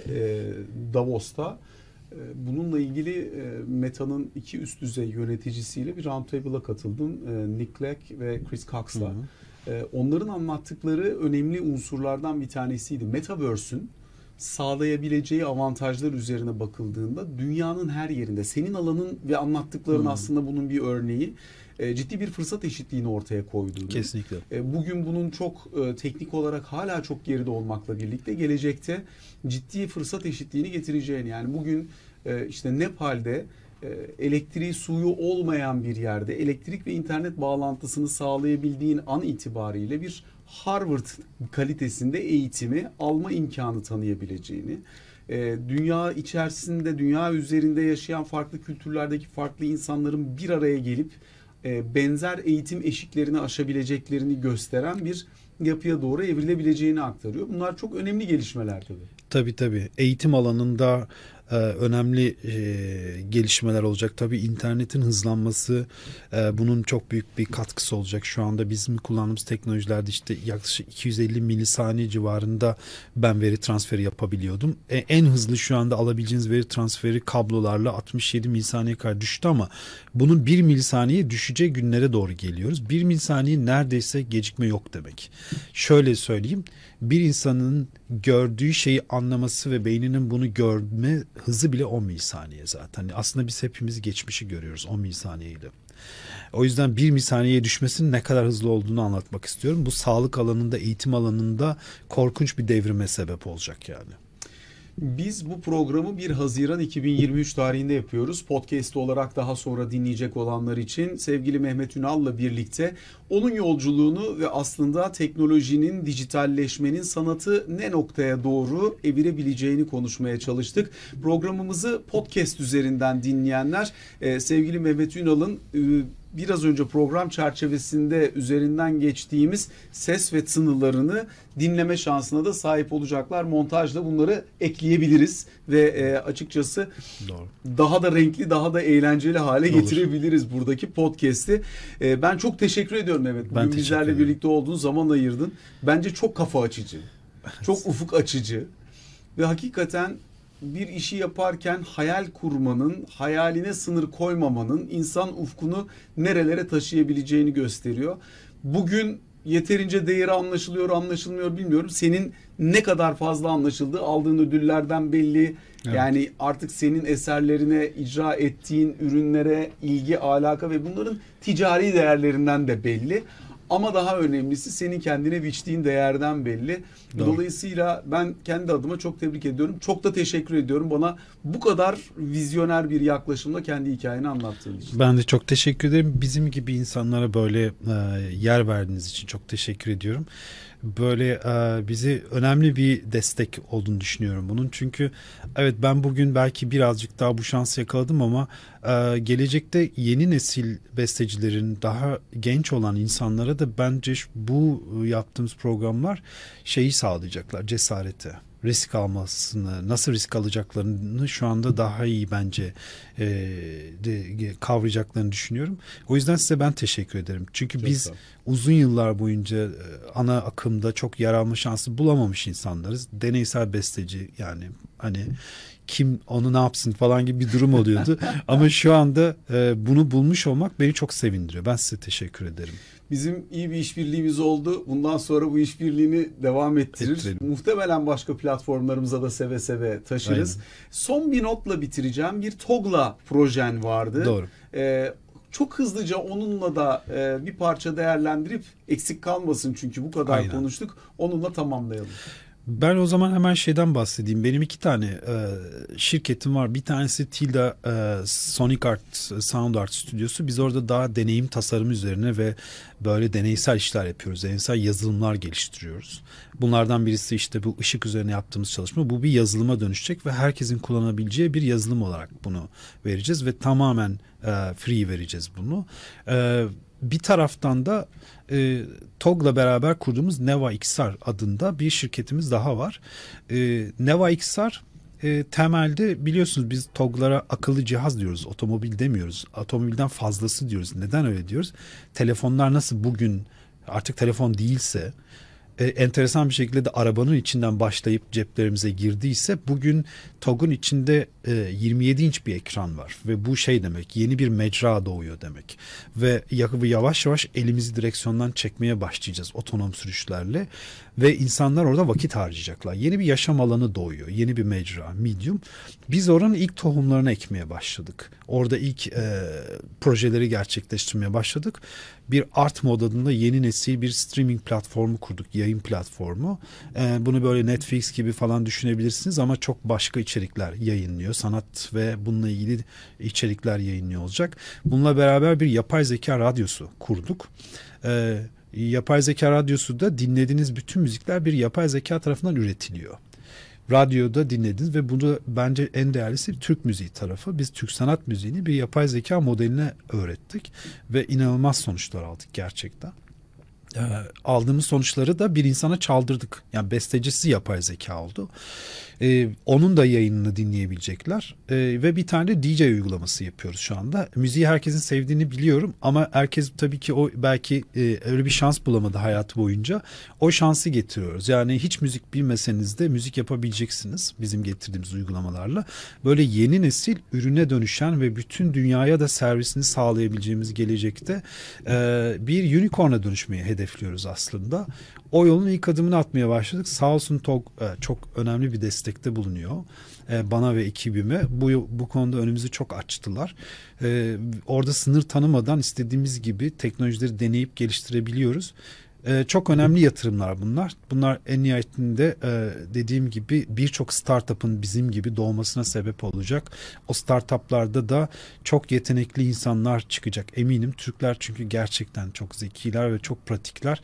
Davos'ta bununla ilgili Meta'nın iki üst düzey yöneticisiyle bir roundtable'a katıldım. Nick Clegg ve Chris Cox'la. Onların anlattıkları önemli unsurlardan bir tanesiydi. Metaverse'ün sağlayabileceği avantajlar üzerine bakıldığında dünyanın her yerinde senin alanın ve anlattıkların aslında bunun bir örneği, ciddi bir fırsat eşitliğini ortaya koyduğunu.
Kesinlikle.
Bugün bunun çok teknik olarak hala çok geride olmakla birlikte gelecekte ciddi fırsat eşitliğini getireceğini, yani bugün işte Nepal'de elektriği suyu olmayan bir yerde elektrik ve internet bağlantısını sağlayabildiğin an itibariyle bir Harvard kalitesinde eğitimi alma imkanı tanıyabileceğini, dünya içerisinde, dünya üzerinde yaşayan farklı kültürlerdeki farklı insanların bir araya gelip benzer eğitim eşiklerini aşabileceklerini gösteren bir yapıya doğru evrilebileceğini aktarıyor. Bunlar çok önemli gelişmeler tabii.
Tabii. Eğitim alanında önemli gelişmeler olacak. Tabii internetin hızlanması bunun çok büyük bir katkısı olacak. Şu anda bizim kullandığımız teknolojilerde işte yaklaşık 250 milisaniye civarında ben veri transferi yapabiliyordum. En hızlı şu anda alabileceğiniz veri transferi kablolarla 67 milisaniye kadar düştü ama bunun 1 milisaniye düşeceği günlere doğru geliyoruz. 1 milisaniye neredeyse gecikme yok demek. Şöyle söyleyeyim. Bir insanın gördüğü şeyi anlaması ve beyninin bunu görme hızı bile 10 milisaniye zaten. Aslında biz hepimiz geçmişi görüyoruz 10 milisaniyeyle. O yüzden 1 milisaniyeye düşmesinin ne kadar hızlı olduğunu anlatmak istiyorum. Bu sağlık alanında, eğitim alanında korkunç bir devrime sebep olacak yani.
Biz bu programı 1 Haziran 2023 tarihinde yapıyoruz. Podcast olarak daha sonra dinleyecek olanlar için sevgili Mehmet Ünal'la birlikte onun yolculuğunu ve aslında teknolojinin, dijitalleşmenin sanatı ne noktaya doğru evirebileceğini konuşmaya çalıştık. Programımızı podcast üzerinden dinleyenler sevgili Mehmet Ünal'ın biraz önce program çerçevesinde üzerinden geçtiğimiz ses ve tınılarını dinleme şansına da sahip olacaklar. Montajla bunları ekleyebiliriz ve açıkçası
Doğru.
Daha da renkli, daha da eğlenceli hale getirebiliriz buradaki podcast'i. Ben çok teşekkür ediyorum Mehmet. Bugün bizlerle birlikte olduğun, zaman ayırdın. Bence çok kafa açıcı, çok ufuk açıcı ve hakikaten bir işi yaparken hayal kurmanın, hayaline sınır koymamanın insan ufkunu nerelere taşıyabileceğini gösteriyor. Bugün yeterince değeri anlaşılmıyor bilmiyorum. Senin ne kadar fazla anlaşıldığı aldığın ödüllerden belli. Evet. Yani artık senin eserlerine, icra ettiğin ürünlere ilgi, alaka ve bunların ticari değerlerinden de belli. Ama daha önemlisi senin kendine biçtiğin değerden belli. Doğru. Dolayısıyla ben kendi adıma çok tebrik ediyorum. Çok da teşekkür ediyorum bana bu kadar vizyoner bir yaklaşımla kendi hikayeni anlattığın için.
Ben de çok teşekkür ederim. Bizim gibi insanlara böyle yer verdiğiniz için çok teşekkür ediyorum. Böyle bizi önemli bir destek olduğunu düşünüyorum bunun. Çünkü evet, ben bugün belki birazcık daha bu şansı yakaladım ama gelecekte yeni nesil bestecilerin, daha genç olan insanlara da bence bu yaptığımız programlar şeyi sağlayacaklar, cesareti. Risk almasını, nasıl risk alacaklarını şu anda daha iyi bence kavrayacaklarını düşünüyorum. O yüzden size ben teşekkür ederim. Çünkü çok biz uzun yıllar boyunca ana akımda çok yer alma şansı bulamamış insanlarız. Deneysel besteci, yani hani kim onu ne yapsın falan gibi bir durum oluyordu. Ama şu anda bunu bulmuş olmak beni çok sevindiriyor. Ben size teşekkür ederim.
Bizim iyi bir işbirliğimiz oldu. Bundan sonra bu işbirliğini devam ettirir. Muhtemelen başka platformlarımıza da seve seve taşırız. Aynen. Son bir notla bitireceğim. Bir Togla projen vardı.
Doğru.
Çok hızlıca onunla da bir parça değerlendirip, eksik kalmasın çünkü bu kadar konuştuk, onunla tamamlayalım.
Ben o zaman hemen şeyden bahsedeyim. Benim 2 tane şirketim var. Bir tanesi Tilda Sonic Art, Sound Art stüdyosu. Biz orada daha deneyim tasarımı üzerine ve böyle deneysel işler yapıyoruz. Deneysel yazılımlar geliştiriyoruz. Bunlardan birisi işte bu ışık üzerine yaptığımız çalışma. Bu bir yazılıma dönüşecek ve herkesin kullanabileceği bir yazılım olarak bunu vereceğiz ve tamamen free vereceğiz bunu. Bir taraftan da TOG'la beraber kurduğumuz Neva XR adında bir şirketimiz daha var. Neva XR temelde biliyorsunuz biz TOG'lara akıllı cihaz diyoruz, otomobil demiyoruz. Otomobilden fazlası diyoruz. Neden öyle diyoruz? Telefonlar nasıl bugün artık telefon değilse, enteresan bir şekilde de arabanın içinden başlayıp ceplerimize girdiyse, bugün TOG'un içinde 27 inç bir ekran var ve bu şey demek, yeni bir mecra doğuyor demek ve yavaş yavaş elimizi direksiyondan çekmeye başlayacağız otonom sürüşlerle ve insanlar orada vakit harcayacaklar. Yeni bir yaşam alanı doğuyor, yeni bir mecra, medium. Biz oranın ilk tohumlarını ekmeye başladık. Orada ilk projeleri gerçekleştirmeye başladık. Bir Art Mode adında yeni nesil bir streaming platformu kurduk, yayın platformu. Bunu böyle Netflix gibi falan düşünebilirsiniz ama çok başka içerikler yayınlıyor. Sanat ve bununla ilgili içerikler yayınlıyor olacak. Bununla beraber bir yapay zeka radyosu kurduk. Yapay zeka radyosu da dinlediğiniz bütün müzikler bir yapay zeka tarafından üretiliyor. Radyoda dinlediniz ve bunu bence en değerlisi Türk müziği tarafı. Biz Türk sanat müziğini bir yapay zeka modeline öğrettik ve inanılmaz sonuçlar aldık gerçekten. Aldığımız sonuçları da bir insana çaldırdık. Yani bestecisi yapay zeka oldu. Onun da yayınını dinleyebilecekler. Ve bir tane DJ uygulaması yapıyoruz şu anda. Müziği herkesin sevdiğini biliyorum ama herkes tabii ki o belki öyle bir şans bulamadı hayatı boyunca. O şansı getiriyoruz. Yani hiç müzik bilmeseniz de müzik yapabileceksiniz bizim getirdiğimiz uygulamalarla. Böyle yeni nesil ürüne dönüşen ve bütün dünyaya da servisini sağlayabileceğimiz gelecekte bir unicorn'a dönüşmeyi hedefliyoruz aslında. O yolun ilk adımını atmaya başladık. Sağ olsun TOG çok önemli bir destekte bulunuyor. Bana ve ekibime. Bu konuda önümüzü çok açtılar. Orada sınır tanımadan istediğimiz gibi teknolojileri deneyip geliştirebiliyoruz. Çok önemli yatırımlar bunlar. Bunlar en nihayetinde dediğim gibi birçok startup'ın bizim gibi doğmasına sebep olacak. O startup'larda da çok yetenekli insanlar çıkacak. Eminim Türkler çünkü gerçekten çok zekiler ve çok pratikler.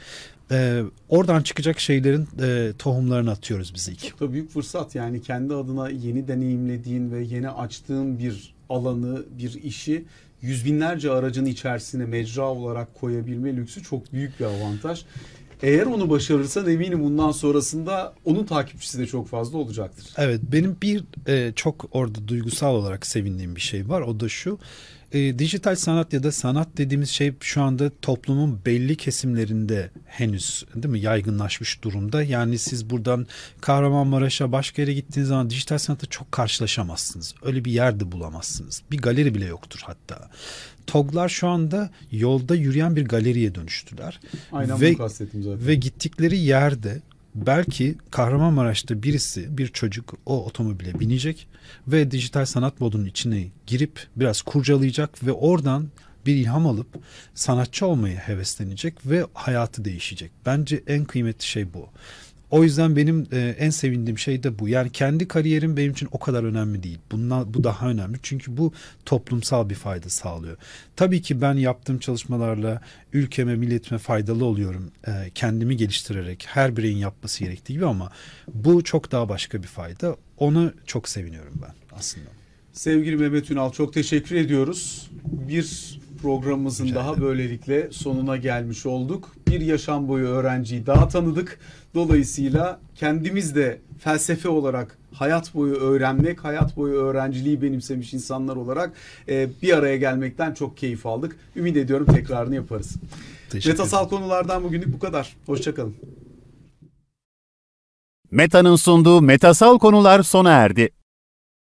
Oradan çıkacak şeylerin tohumlarını atıyoruz biz ilk.
Çok da büyük fırsat yani kendi adına yeni deneyimlediğin ve yeni açtığın bir alanı, bir işi yüz binlerce aracın içerisine mecra olarak koyabilme lüksü çok büyük bir avantaj. Eğer onu başarırsan eminim bundan sonrasında onun takipçisi de çok fazla olacaktır.
Evet, benim bir çok orada duygusal olarak sevindiğim bir şey var. O da şu. Dijital sanat ya da sanat dediğimiz şey şu anda toplumun belli kesimlerinde henüz değil mi yaygınlaşmış durumda. Yani siz buradan Kahramanmaraş'a başka yere gittiğiniz zaman dijital sanatla çok karşılaşamazsınız. Öyle bir yerde bulamazsınız. Bir galeri bile yoktur hatta. TOG'lar şu anda yolda yürüyen bir galeriye dönüştüler.
Aynen bunu kastettim zaten.
Ve gittikleri yerde belki Kahramanmaraş'ta bir çocuk o otomobile binecek ve dijital sanat modunun içine girip biraz kurcalayacak ve oradan bir ilham alıp sanatçı olmaya heveslenecek ve hayatı değişecek. Bence en kıymetli şey bu. O yüzden benim en sevindiğim şey de bu. Yani kendi kariyerim benim için o kadar önemli değil. Bu daha önemli. Çünkü bu toplumsal bir fayda sağlıyor. Tabii ki ben yaptığım çalışmalarla ülkeme, milletime faydalı oluyorum. Kendimi geliştirerek her bireyin yapması gerektiği gibi ama bu çok daha başka bir fayda. Onu çok seviniyorum ben aslında.
Sevgili Mehmet Ünal çok teşekkür ediyoruz. Bir programımızın daha böylelikle sonuna gelmiş olduk. Bir yaşam boyu öğrenciyi daha tanıdık. Dolayısıyla kendimiz de felsefe olarak hayat boyu öğrenmek, hayat boyu öğrenciliği benimsemiş insanlar olarak bir araya gelmekten çok keyif aldık. Ümit ediyorum tekrarını yaparız. Metasal konulardan bugünlük bu kadar. Hoşça kalın.
Meta'nın sunduğu Metasal Konular sona erdi.